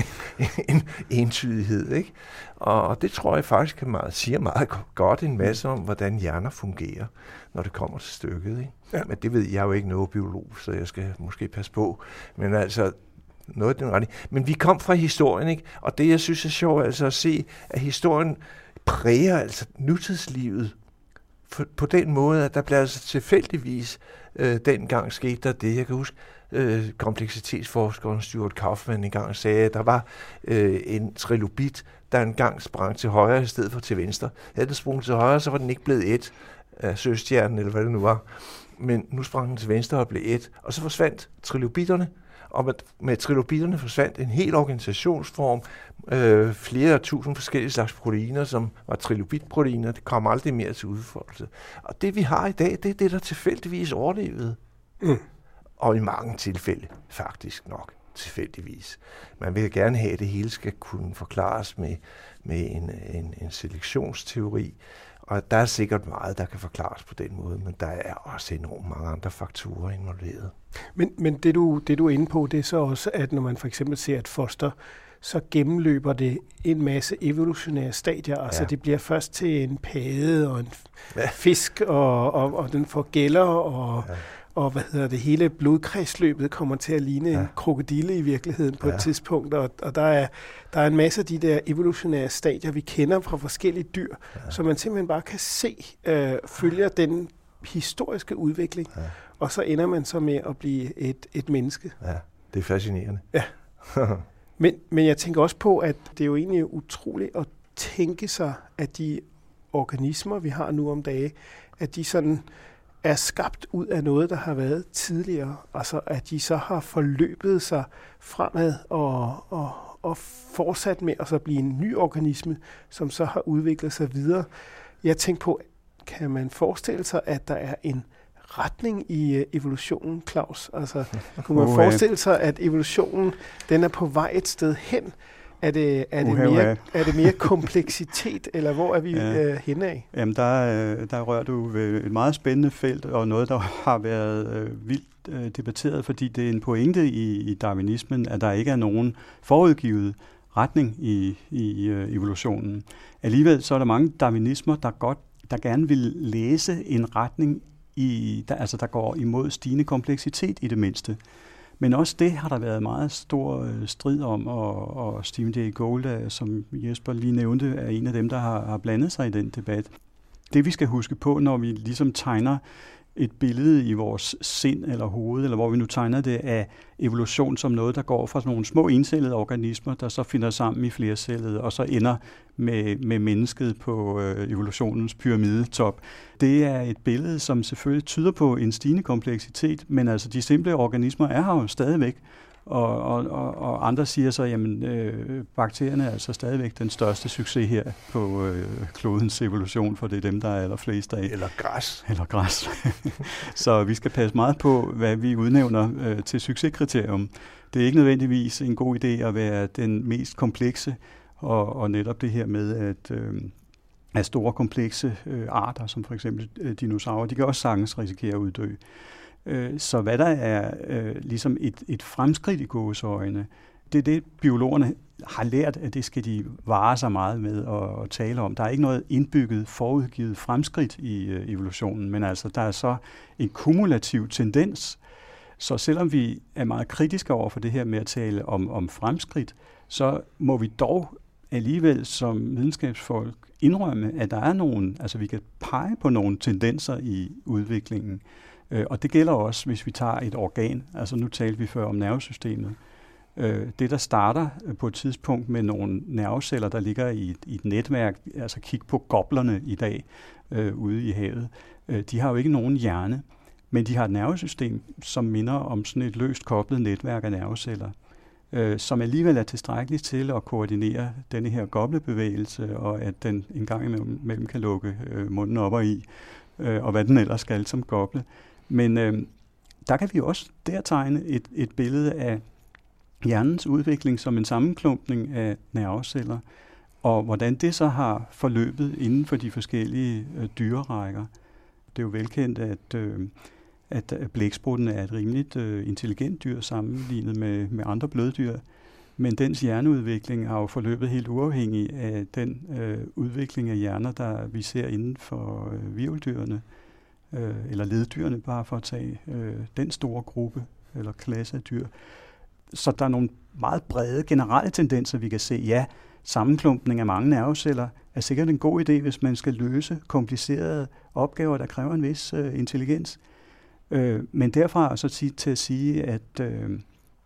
en entydighed, ikke? Og det tror jeg faktisk kan meget, siger meget godt en masse om, hvordan hjerner fungerer, når det kommer til stykket, ikke? Ja. Men det ved jeg jo ikke noget biolog, så jeg skal måske passe på. Men altså, noget den retning. Men vi kom fra historien, ikke? Og det, jeg synes er sjovt, altså at se, at historien præger altså nutidslivet på den måde, at der blev altså tilfældigvis øh, dengang skete der det. Jeg kan huske, øh, kompleksitetsforskeren Stuart Kauffman engang sagde, at der var øh, en trilobit, der engang sprang til højre i stedet for til venstre. Havde den sprunget til højre, så var den ikke blevet et af søstjernen, eller hvad det nu var. Men nu sprang den til venstre og blev et, og så forsvandt trilobitterne, og med, med trilobitterne forsvandt en hel organisationsform, øh, flere tusind forskellige slags proteiner, som var trilobitproteiner. Det kom aldrig mere til udfoldelse. Og det vi har i dag, det er det, der tilfældigvis overlevede. Mm. Og i mange tilfælde faktisk nok tilfældigvis. Man vil gerne have, at det hele skal kunne forklares med, med en, en, en selektionsteori. Og der er sikkert meget, der kan forklares på den måde, men der er også enormt mange andre faktorer involveret. Men, men det, du, det du er inde på, det er så også, at når man for eksempel ser et foster, så gennemløber det en masse evolutionære stadier. Ja. Altså det bliver først til en padde og en ja. fisk, og, og, og den får gælder, og, ja. og hvad hedder det, hele blodkredsløbet kommer til at ligne ja. en krokodille i virkeligheden på ja. et tidspunkt. Og, og der, er, der er en masse af de der evolutionære stadier, vi kender fra forskellige dyr, ja. så man simpelthen bare kan se, øh, følger den historiske udvikling, ja. og så ender man så med at blive et, et menneske. Ja, det er fascinerende. Ja. men, men jeg tænker også på, at det er jo egentlig utroligt at tænke sig, at de organismer, vi har nu om dage, at de sådan er skabt ud af noget, der har været tidligere. Altså at de så har forløbet sig fremad og, og, og fortsat med at så blive en ny organisme, som så har udviklet sig videre. Jeg tænker på, kan man forestille sig, at der er en retning i evolutionen, Claus? Altså, kunne man forestille sig, at evolutionen den er på vej et sted hen? Er det, er, det mere, er det mere kompleksitet, eller hvor er vi ja. øh, henne af? Jamen, der, der rører du ved et meget spændende felt, og noget, der har været øh, vildt øh, debatteret, fordi det er en pointe i, i darwinismen, at der ikke er nogen forudgivet retning i, i øh, evolutionen. Alligevel så er der mange darwinismer, der, godt, der gerne vil læse en retning, i, der, altså der går imod stigende kompleksitet i det mindste. Men også det har der været meget stor øh, strid om, og, og Stephen Jay Gould, som Jesper lige nævnte, er en af dem, der har, har blandet sig i den debat. Det vi skal huske på, når vi ligesom tegner et billede i vores sind eller hoved, eller hvor vi nu tegner det af evolution som noget, der går fra sådan nogle små encellede organismer, der så finder sammen i flercellede, og så ender med, med mennesket på øh, evolutionens pyramidetop. Det er et billede, som selvfølgelig tyder på en stigende kompleksitet, men altså de simple organismer er her jo stadigvæk. Og, og, og, og andre siger så, jamen øh, bakterierne er altså stadigvæk den største succes her på øh, klodens evolution, for det er dem, der er allerflest af. Eller græs. Eller græs. Så vi skal passe meget på, hvad vi udnævner øh, til succeskriterium. Det er ikke nødvendigvis en god idé at være den mest komplekse, og, og netop det her med, at, øh, at store komplekse øh, arter, som for eksempel øh, dinosaurer, de kan også sagtens risikere at uddø. Så hvad der er øh, ligesom et, et fremskridt i gåseøjne, det er det, biologerne har lært, at det skal de vare sig meget med at, at tale om. Der er ikke noget indbygget, forudgivet fremskridt i øh, evolutionen, men altså der er så en kumulativ tendens. Så selvom vi er meget kritiske over for det her med at tale om, om fremskridt, så må vi dog alligevel som videnskabsfolk indrømme, at der er nogen, altså vi kan pege på nogle tendenser i udviklingen. Og det gælder også, hvis vi tager et organ. Altså nu talte vi før om nervesystemet. Det, der starter på et tidspunkt med nogle nerveceller, der ligger i et, i et netværk, altså kig på goblerne i dag øh, ude i havet, øh, de har jo ikke nogen hjerne, men de har et nervesystem, som minder om sådan et løst koblet netværk af nerveceller, øh, som alligevel er tilstrækkeligt til at koordinere denne her goblebevægelse, og at den en gang imellem kan lukke øh, munden op og i, øh, og hvad den ellers skal som goble. Men øh, der kan vi også der tegne et, et billede af hjernens udvikling som en sammenklumpning af nerveceller, og hvordan det så har forløbet inden for de forskellige øh, dyrerækker. Det er jo velkendt, at, øh, at blæksprutten er et rimeligt øh, intelligent dyr sammenlignet med, med andre bløddyr, men dens hjerneudvikling har jo forløbet helt uafhængig af den øh, udvikling af hjerner, der vi ser inden for øh, hvirveldyrene, øh, eller leddyrene, bare for at tage øh, den store gruppe eller klasse af dyr. Så der er nogle meget brede generelle tendenser, vi kan se. Ja, sammenklumpning af mange nerveceller er sikkert en god idé, hvis man skal løse komplicerede opgaver, der kræver en vis øh, intelligens. Øh, men derfra så til, til at sige, at, øh,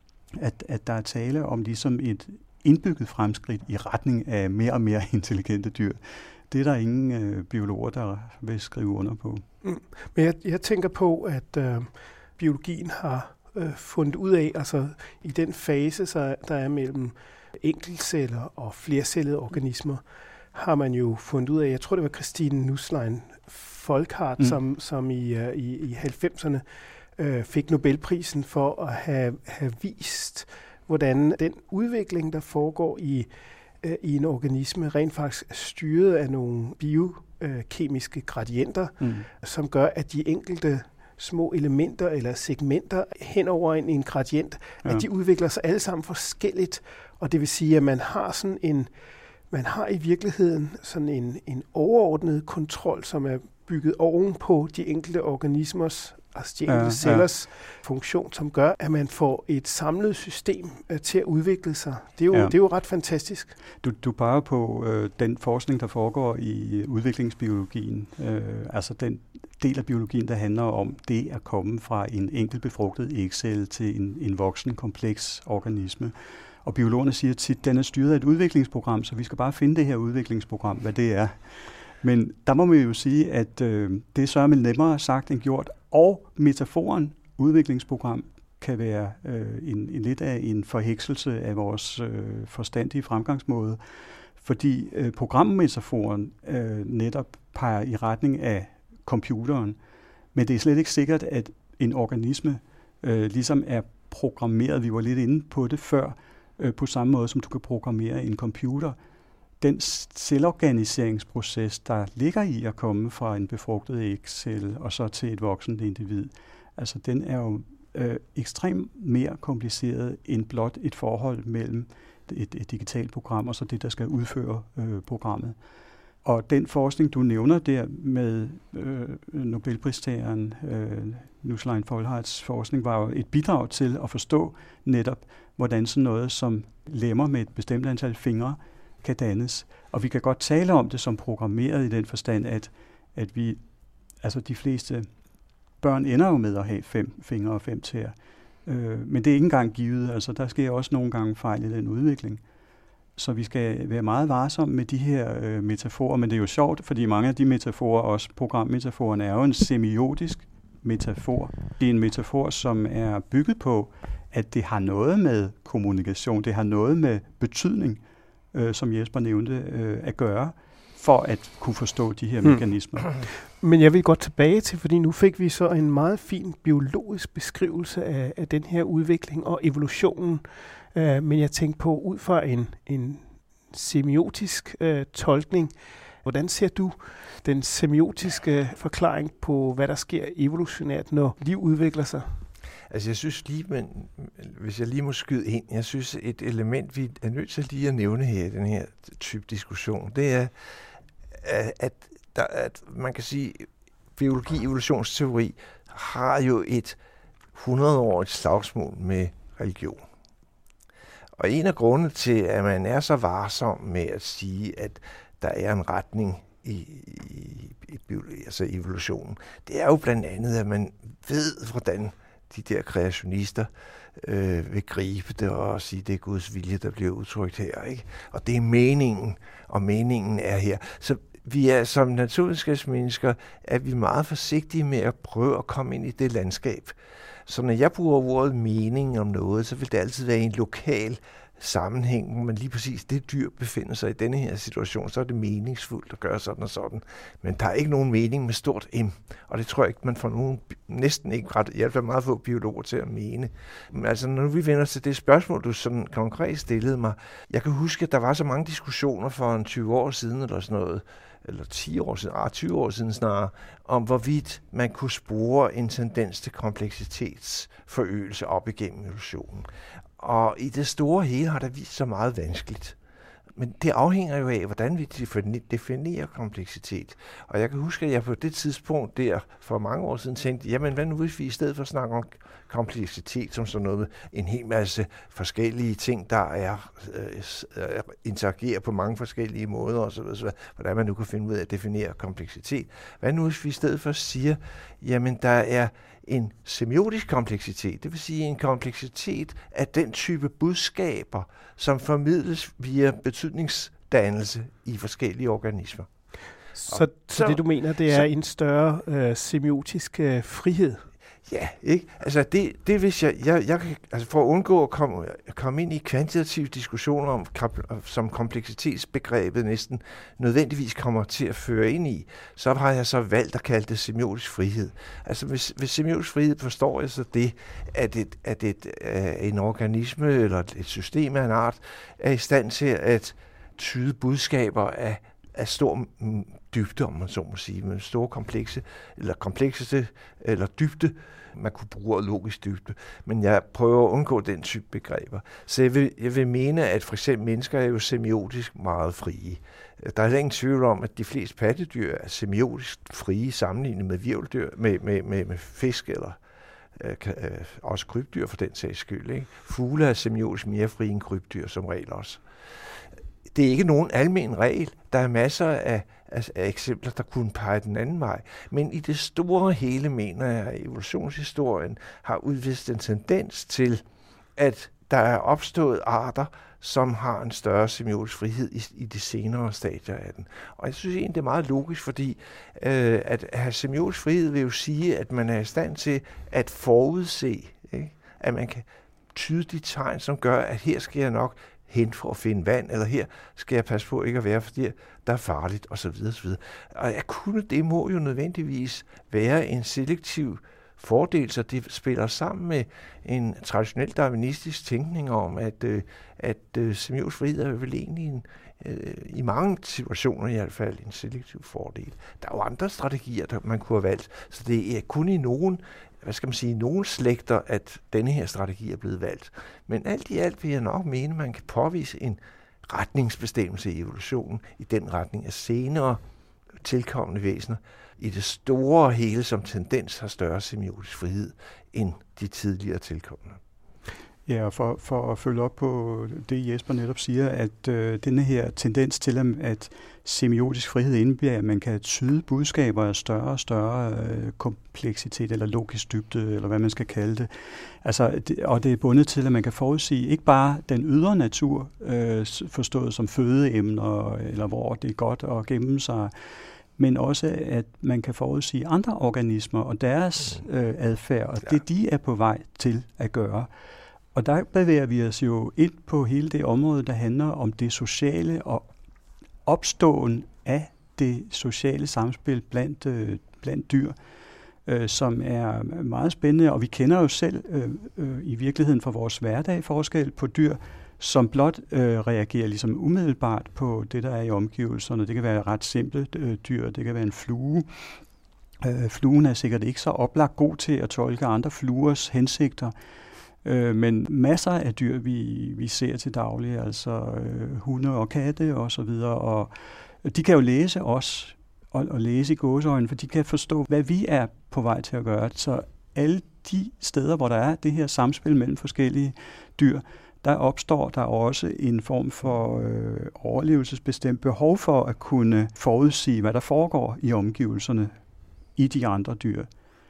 at, at der er tale om ligesom et indbygget fremskridt i retning af mere og mere intelligente dyr. Det er der ingen øh, biologer, der vil skrive under på. Mm. Men jeg, jeg tænker på, at øh, biologien har øh, fundet ud af, altså i den fase, så der er mellem enkeltceller og flercellede organismer, har man jo fundet ud af, jeg tror det var Christine Nusslein Folkhardt, mm. som, som i, uh, i, i halvfemserne øh, fik Nobelprisen for at have, have vist, hvordan den udvikling, der foregår i, øh, i en organisme, rent faktisk er styret af nogle biokemiske gradienter, mm. som gør, at de enkelte små elementer eller segmenter hen over en, en gradient, ja. At de udvikler sig alle sammen forskelligt, og det vil sige, at man har sådan en, man har i virkeligheden sådan en, en overordnet kontrol, som er bygget oven på de enkelte organismers, altså de enkelte ja, cellers ja. funktion, som gør, at man får et samlet system uh, til at udvikle sig. Det er jo, ja. det er jo ret fantastisk. Du, du peger på øh, den forskning, der foregår i udviklingsbiologien, øh, altså den del af biologien, der handler om det at komme fra en enkelt befrugtet ægcelle til en, en voksen, kompleks organisme. Og biologerne siger tit, at den er styret af et udviklingsprogram, så vi skal bare finde det her udviklingsprogram, hvad det er. Men der må man jo sige, at øh, det er så nemmere sagt end gjort, og metaforen udviklingsprogram kan være øh, en, en lidt af en forhekselse af vores øh, forstandige fremgangsmåde, fordi øh, programmetaforen øh, netop peger i retning af computeren, men det er slet ikke sikkert, at en organisme øh, ligesom er programmeret, vi var lidt inde på det før, øh, på samme måde som du kan programmere en computer. Den selvorganiseringsproces, der ligger i at komme fra en befrugtet ægcelle og så til et voksent individ, altså den er jo øh, ekstremt mere kompliceret end blot et forhold mellem et, et digitalt program og så det, der skal udføre øh, programmet. Og den forskning, du nævner der med øh, Nobelpristageren øh, Nuslein Volhardts forskning, var jo et bidrag til at forstå netop, hvordan sådan noget som lemmer med et bestemt antal fingre kan dannes. Og vi kan godt tale om det som programmeret i den forstand, at, at vi, altså de fleste børn ender jo med at have fem fingre og fem tæer. Øh, men det er ikke engang givet. Altså der sker også nogle gange fejl i den udvikling. Så vi skal være meget varsomme med de her øh, metaforer, men det er jo sjovt, fordi mange af de metaforer, også programmetaforerne, er jo en semiotisk metafor. Det er en metafor, som er bygget på, at det har noget med kommunikation, det har noget med betydning, øh, som Jesper nævnte, øh, at gøre, for at kunne forstå de her hmm. mekanismer. Men jeg vil godt tilbage til, fordi nu fik vi så en meget fin biologisk beskrivelse af, af den her udvikling og evolutionen. Uh, men jeg tænkte på, ud fra en, en semiotisk uh, tolkning, hvordan ser du den semiotiske forklaring på, hvad der sker evolutionært, når liv udvikler sig? Altså jeg synes lige, men hvis jeg lige må skyde ind, jeg synes et element, vi er nødt til lige at nævne her i den her type diskussion, det er, at, der, at man kan sige, biologi, evolutionsteori har jo et hundredårigt slagsmål med religion. Og en af grundene til, at man er så varsom med at sige, at der er en retning i, i, i altså evolutionen, det er jo blandt andet, at man ved, hvordan de der kreationister øh, vil gribe det og sige, at det er Guds vilje, der bliver udtrykt her. Ikke? Og det er meningen, og meningen er her. Så vi er som naturvidenskabsmennesker, er vi meget forsigtige med at prøve at komme ind i det landskab. Så når jeg bruger ordet mening om noget, så vil det altid være en lokal sammenhæng, hvor man lige præcis det dyr befinder sig i denne her situation, så er det meningsfuldt at gøre sådan og sådan. Men der er ikke nogen mening med stort M, og det tror jeg ikke, man får nogen, næsten ikke ret, i hvert fald meget få biologer til at mene. Men altså, når vi vender til det spørgsmål, du sådan konkret stillede mig, jeg kan huske, at der var så mange diskussioner for en tyve år siden, eller sådan noget, eller ti år siden, ah, tyve år siden snarere, om hvorvidt man kunne spore en tendens til kompleksitetsforøgelse op igennem evolutionen. Og i det store hele har det vist sig meget vanskeligt. Men det afhænger jo af, hvordan vi definerer kompleksitet. Og jeg kan huske, at jeg på det tidspunkt der for mange år siden tænkte, jamen hvad nu hvis vi i stedet for at snakke om kompleksitet som sådan noget med en hel masse forskellige ting, der er øh, interagerer på mange forskellige måder og så videre, så hvordan man nu kan finde ud af at definere kompleksitet. Hvad nu hvis vi i stedet for siger, jamen der er en semiotisk kompleksitet, det vil sige en kompleksitet af den type budskaber, som formidles via betydningsdannelse i forskellige organismer. Så, så, så det du mener, det er så, en større øh, semiotisk øh, frihed? Ja, ikke? Altså det, det hvis jeg, jeg, jeg altså for at undgå at komme, komme ind i kvantitative diskussioner om som kompleksitetsbegrebet næsten nødvendigvis kommer til at føre ind i, så har jeg så valgt at kalde det semiotisk frihed. Altså hvis, hvis semiotisk frihed forstår jeg så det, at, et, at et, uh, en organisme eller et system af en art er i stand til at tyde budskaber af, af stor dybde, om man så må sige, med store komplekse, eller komplekse, eller dybde. Man kunne bruge logisk dybde, men jeg prøver at undgå den type begreber. Så jeg vil, jeg vil mene, at for eksempel mennesker er jo semiotisk meget frie. Der er ingen tvivl om, at de fleste pattedyr er semiotisk frie sammenlignet med hvirveldyr, med, med, med, med fisk eller øh, øh, også krybdyr for den sags skyld. Ikke? Fugle er semiotisk mere frie end krybdyr som regel også. Det er ikke nogen almen regel. Der er masser af, af, af eksempler, der kunne pege den anden vej. Men i det store hele mener jeg, at evolutionshistorien har udvist en tendens til, at der er opstået arter, som har en større semiotisk frihed i, i de senere stadier af den. Og jeg synes egentlig, det er meget logisk, fordi øh, at have semiotisk frihed vil jo sige, at man er i stand til at forudse, ikke? At man kan tyde de tegn, som gør, at her skal jeg nok hen for at finde vand, eller her skal jeg passe på ikke at være, fordi der er farligt, osv. osv. Og at kunne det må jo nødvendigvis være en selektiv fordel, så det spiller sammen med en traditionel darwinistisk tænkning om, at, øh, at øh, semiotisk frihed er vel egentlig en, øh, i mange situationer i hvert fald en selektiv fordel. Der er jo andre strategier, der man kunne have valgt, så det er kun i nogen, hvad skal man sige, nogle slægter, at denne her strategi er blevet valgt. Men alt i alt vil jeg nok mene, at man kan påvise en retningsbestemmelse i evolutionen i den retning af senere tilkommende væsener i det store hele som tendens har større semiotisk frihed end de tidligere tilkommende. Ja, og for, for at følge op på det, Jesper netop siger, at øh, denne her tendens til, at, at semiotisk frihed indebærer, at man kan tyde budskaber af større og større øh, kompleksitet, eller logisk dybde, eller hvad man skal kalde det. Altså, det, og det er bundet til, at man kan forudsige ikke bare den ydre natur, øh, forstået som fødeemner, eller hvor det er godt at gemme sig, men også, at man kan forudsige andre organismer og deres øh, adfærd, og det de er på vej til at gøre. Og der bevæger vi os jo ind på hele det område, der handler om det sociale og opståen af det sociale samspil blandt, øh, blandt dyr, øh, som er meget spændende. Og vi kender jo selv øh, øh, i virkeligheden fra vores hverdag forskel på dyr, som blot øh, reagerer ligesom umiddelbart på det, der er i omgivelserne. Det kan være ret simple øh, dyr, det kan være en flue. Øh, fluen er sikkert ikke så oplagt god til at tolke andre fluers hensigter, øh, men masser af dyr, vi, vi ser til daglig, altså øh, hunde og katte og så videre, og de kan jo læse os, og, og læse i gåseøjne, for de kan forstå, hvad vi er på vej til at gøre. Så alle de steder, hvor der er det her samspil mellem forskellige dyr, der opstår der også en form for øh, overlevelsesbestemt behov for at kunne forudsige, hvad der foregår i omgivelserne i de andre dyr.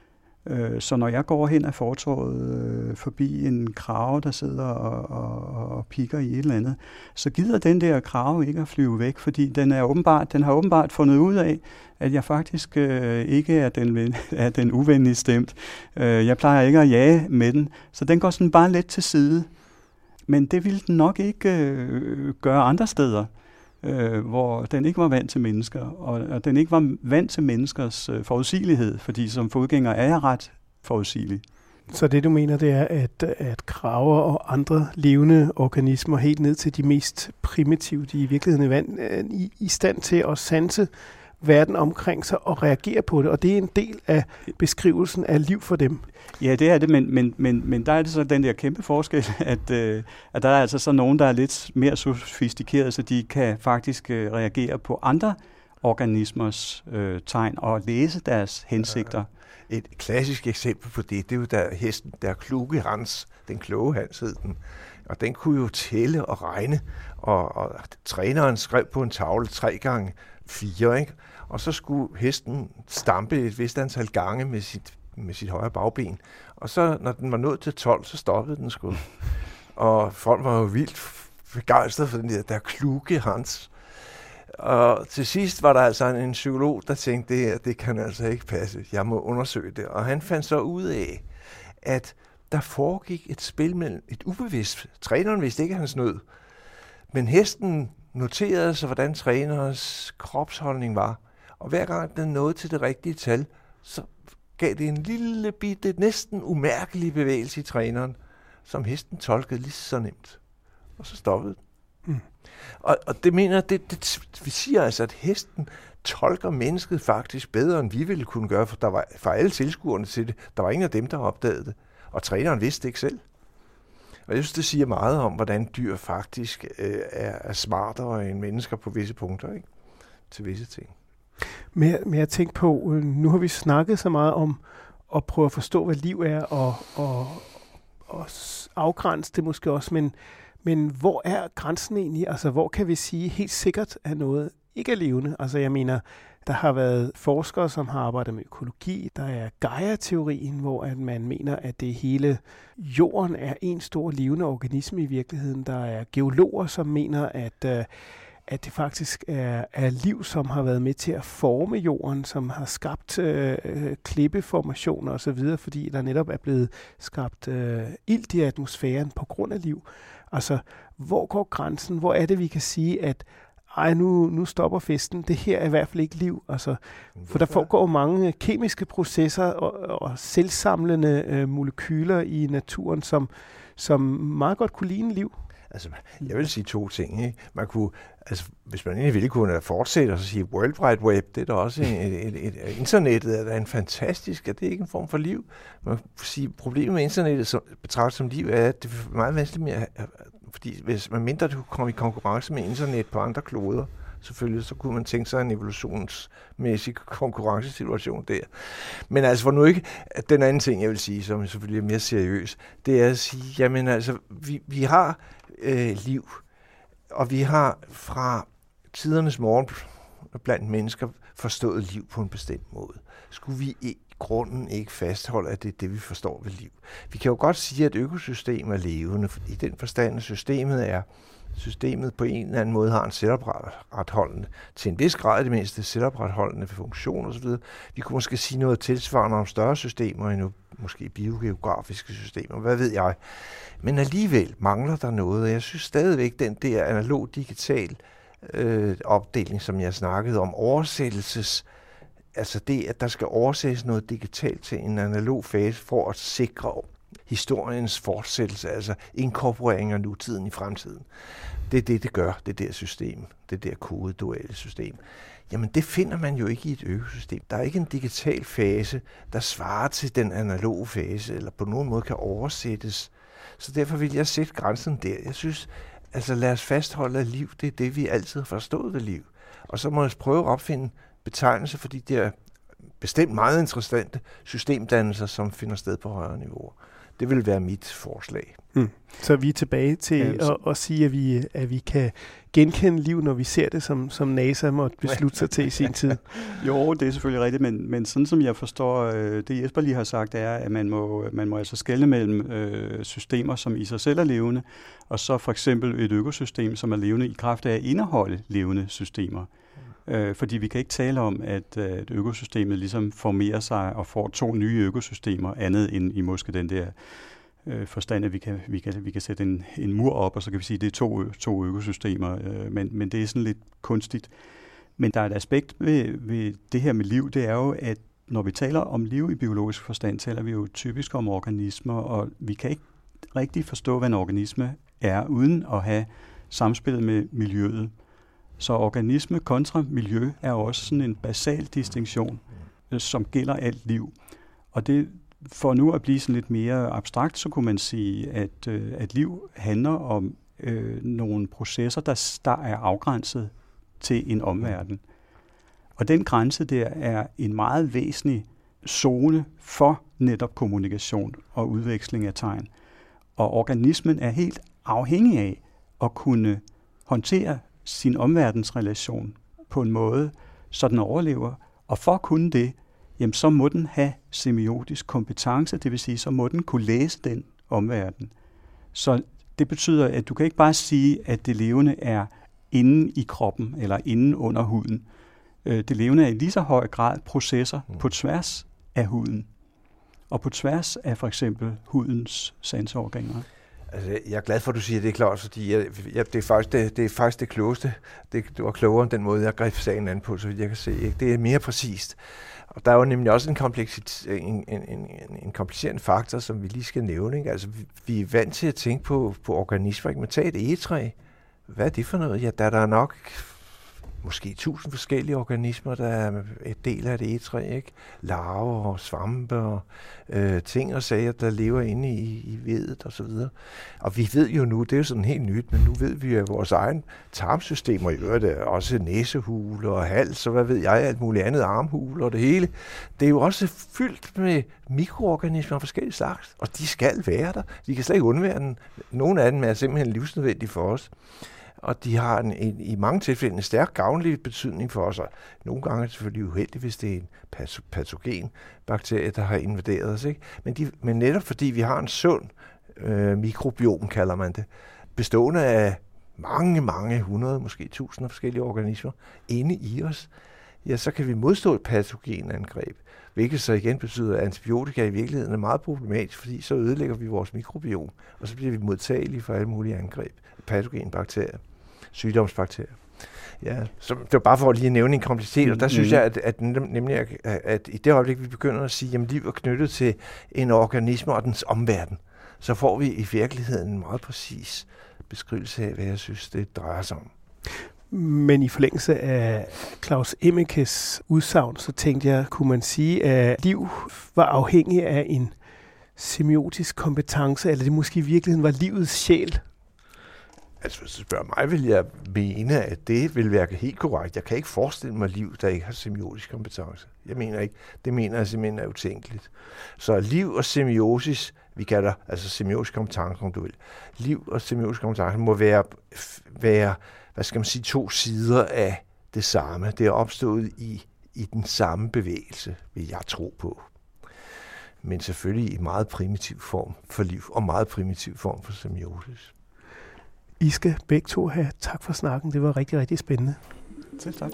Øh, så når jeg går hen ad fortovet øh, forbi en krage, der sidder og, og, og pikker i et eller andet, så gider den der krage ikke at flyve væk, fordi den, er åbenbart, den har åbenbart fundet ud af, at jeg faktisk øh, ikke er den, er den uvenlige stemt. Øh, jeg plejer ikke at jage med den, så den går sådan bare lidt til side. Men det ville den nok ikke øh, gøre andre steder, øh, hvor den ikke var vant til mennesker, og, og den ikke var vant til menneskers øh, forudsigelighed, fordi som fodgænger er jeg ret forudsigelig. Så det du mener, det er, at, at krager og andre levende organismer, helt ned til de mest primitive, de i virkeligheden er vand, er i, i stand til at sanse verden omkring sig og reagere på det, og det er en del af beskrivelsen af liv for dem. Ja, det er det, men, men, men, men der er det så den der kæmpe forskel, at, øh, at der er altså så nogen, der er lidt mere sofistikerede, så de kan faktisk øh, reagere på andre organismers øh, tegn og læse deres hensigter. Et klassisk eksempel på det, det er jo der hesten, der kluge Hans, den kloge Hans hed den, og den kunne jo tælle og regne, og, og træneren skrev på en tavle tre gange fire, ikke? Og så skulle hesten stampe et vist antal gange med sit, med sit højre bagben, og så når den var nået til tolv, så stoppede den sgu. Og folk var jo vildt begejstrede for den der, der kluge Hans. Og til sidst var der altså en, en psykolog, der tænkte, det her, det kan altså ikke passe. Jeg må undersøge det. Og han fandt så ud af, at der foregik et spil mellem et ubevidst. Træneren vidste ikke, at han snød. Men hesten noterede sig, hvordan trænerens kropsholdning var. Og hver gang den nåede til det rigtige tal, så gav det en lille bitte, næsten umærkelig bevægelse i træneren, som hesten tolkede lige så nemt. Og så stoppede den. Mm. Og, og det mener det, det, vi siger altså, at hesten tolker mennesket faktisk bedre, end vi ville kunne gøre, for der var for alle tilskuerne til det. Der var ingen af dem, der opdagede det. Og træneren vidste det ikke selv. Og jeg synes, det siger meget om, hvordan dyr faktisk øh, er, er smartere end mennesker på visse punkter, ikke? Til visse ting. Men jeg, men jeg tænker på, øh, nu har vi snakket så meget om at prøve at forstå, hvad liv er, og, og, og afgrænse det måske også, men Men hvor er grænsen egentlig? Altså, hvor kan vi sige helt sikkert, at noget ikke er levende. Altså jeg mener, der har været forskere, som har arbejdet med økologi. Der er Gaia-teorien, hvor at man mener, at det hele jorden er en stor levende organisme i virkeligheden. Der er geologer, som mener, at, øh, at det faktisk er, er liv, som har været med til at forme jorden, som har skabt øh, klippeformationer osv., fordi der netop er blevet skabt øh, ilt i atmosfæren på grund af liv. Altså, hvor går grænsen? Hvor er det, vi kan sige, at ej, nu, nu stopper festen. Det her er i hvert fald ikke liv. Altså, for der foregår mange kemiske processer og, og selvsamlende øh, molekyler i naturen, som, som meget godt kunne ligne liv. Altså, jeg vil sige to ting. Ikke? Man kunne, altså, hvis man egentlig ville kunne fortsætte og sige World Wide Web, det er da også et, et, et, et, internettet er da en fantastisk, er det ikke en form for liv? Man kan sige, problemet med internettet som, betragtet som liv er, at det er meget vanskeligt med at, fordi hvis man mindre, du kunne komme i konkurrence med internet på andre kloder, selvfølgelig, så kunne man tænke sig en evolutionsmæssig konkurrencesituation der. Men altså, for nu ikke, den anden ting, jeg vil sige, som selvfølgelig er mere seriøs, det er at sige, jamen altså, vi, vi har øh, liv, og vi har fra tidernes morgen blandt mennesker forstået liv på en bestemt måde. Skulle vi i grunden ikke fastholde, at det er det, vi forstår ved liv? Vi kan jo godt sige, at økosystem er levende, i den forstand, at systemet er Systemet på en eller anden måde har en selvopretholdende, til en vis grad i det mindste selvopretholdende funktion osv. Vi kunne måske sige noget tilsvarende om større systemer end måske biogeografiske systemer, hvad ved jeg. Men alligevel mangler der noget, og jeg synes stadigvæk, den der analog-digital øh, opdeling, som jeg snakkede om, oversættelses, altså det, at der skal oversættes noget digitalt til en analog fase for at sikre historiens fortsættelse, altså inkorporering af nutiden i fremtiden. Det er det, det gør, det der system, det der kodeduelle system. Jamen det finder man jo ikke i et økosystem. Der er ikke en digital fase, der svarer til den analoge fase, eller på nogen måde kan oversættes. Så derfor vil jeg sætte grænsen der. Jeg synes, altså lad os fastholde, at liv, det er det, vi altid har forstået ved liv. Og så må jeg prøve at opfinde betegnelser, fordi det er bestemt meget interessante systemdannelser, som finder sted på højere niveauer. Det vil være mit forslag. Hmm. Så er vi tilbage til ja, at, at sige, at vi, at vi kan genkende liv, når vi ser det, som, som NASA måtte beslutte sig til i sin tid. Jo, det er selvfølgelig rigtigt, men, men sådan som jeg forstår, øh, det Jesper lige har sagt, er, at man må, man må altså skelne mellem øh, systemer, som i sig selv er levende, og så for eksempel et økosystem, som er levende i kraft af at indeholde levende systemer. Øh, fordi vi kan ikke tale om, at, at økosystemet ligesom formerer sig og får to nye økosystemer, andet end i måske den der øh, forstand, at vi kan, vi kan, vi kan sætte en, en mur op, og så kan vi sige, at det er to, to økosystemer, øh, men, men det er sådan lidt kunstigt. Men der er et aspekt ved, ved det her med liv, det er jo, at når vi taler om liv i biologisk forstand, taler vi jo typisk om organismer, og vi kan ikke rigtig forstå, hvad en organisme er, uden at have samspillet med miljøet. Så organisme kontra miljø er også sådan en basal distinktion, som gælder alt liv. Og det, for nu at blive sådan lidt mere abstrakt, så kunne man sige, at, øh, at liv handler om øh, nogle processer, der, der er afgrænset til en omverden. Og den grænse der er en meget væsentlig zone for netop kommunikation og udveksling af tegn. Og organismen er helt afhængig af at kunne håndtere sin omverdensrelation på en måde, så den overlever. Og for at kunne det, jamen, så må den have semiotisk kompetence, det vil sige, så må den kunne læse den omverden. Så det betyder, at du kan ikke bare sige, at det levende er inde i kroppen eller inde under huden. Det levende er i lige så høj grad processer mm. på tværs af huden, og på tværs af for eksempel hudens sanseorganer. Altså, jeg er glad for, at du siger, at det er klart, fordi jeg, jeg, det, er faktisk det, det er faktisk det klogeste. Det, det var klogere end den måde, jeg greb sagen an på, så jeg kan se. Ikke? Det er mere præcist. Og der er jo nemlig også en, en, en, en, en komplicerende faktor, som vi lige skal nævne. Ikke? Altså, vi, vi er vant til at tænke på, på organismer. Ikke? Man tager et egetræ. Hvad er det for noget? Ja, der, der er nok måske tusind forskellige organismer, der er et del af et egetræ, ikke? Larver og svampe og øh, ting og sager, der lever inde i, i vedet og så videre. Og vi ved jo nu, det er jo sådan helt nyt, men nu ved vi jo, at vores egen tarmsystemer i øvrigt er også næsehuler og hals, og hvad ved jeg, alt muligt andet, armhuler og det hele. Det er jo også fyldt med mikroorganismer af forskellige slags, og de skal være der. De kan slet ikke undvære den. Nogle af dem er simpelthen livsnødvendige for os. og de har en, en, i mange tilfælde en stærk gavnlig betydning for os. Og nogle gange er det selvfølgelig uheldigt, hvis det er en patogen bakterie, der har invaderet os. Ikke? Men, de, men netop fordi vi har en sund øh, mikrobiom, kalder man det, bestående af mange, mange hundrede, måske tusinder forskellige organismer inde i os, ja, så kan vi modstå et patogenangreb. Hvilket så igen betyder, at antibiotika i virkeligheden er meget problematisk, fordi så ødelægger vi vores mikrobiom, og så bliver vi modtagelige for alle mulige angreb. Patogenbakterier, sygdomsbakterier. Ja, så det var bare for at lige nævne en kompleksitet, og der synes jeg, at, at, nemlig, at, at i det øjeblik, vi begynder at sige, at liv er knyttet til en organisme og dens omverden, så får vi i virkeligheden en meget præcis beskrivelse af, hvad jeg synes, det drejer sig om. Men i forlængelse af Claus Emmekes udsagn, så tænkte jeg, kunne man sige, at liv var afhængig af en semiotisk kompetence, eller det måske i virkeligheden var livets sjæl? Altså, hvis du spørger mig, vil jeg mene, at det vil være helt korrekt. Jeg kan ikke forestille mig liv, der ikke har semiotisk kompetence. Jeg mener ikke. Det mener jeg simpelthen er utænkeligt. Så liv og semiosis, vi kalder altså semiotisk kompetence, om du vil. Liv og semiotisk kompetence må være, være hvad skal man sige, to sider af det samme. Det er opstået i, i den samme bevægelse, vil jeg tro på. Men selvfølgelig i meget primitiv form for liv, og meget primitiv form for semiosis. I skal begge to have tak for snakken. Det var rigtig, rigtig spændende. Selv tak.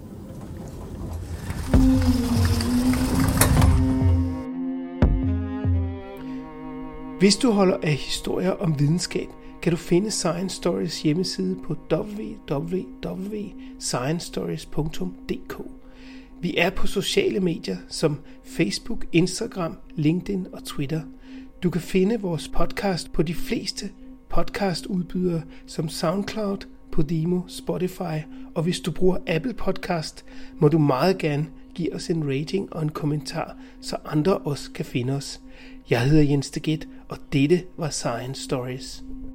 Hvis du holder af historier om videnskab, kan du finde Science Stories hjemmeside på w w w punktum science stories punktum d k. Vi er på sociale medier som Facebook, Instagram, LinkedIn og Twitter. Du kan finde vores podcast på de fleste podcastudbydere som SoundCloud, Podimo, Spotify, og hvis du bruger Apple Podcast, må du meget gerne give os en rating og en kommentar, så andre også kan finde os. Jeg hedder Jens Deget, og dette var Science Stories.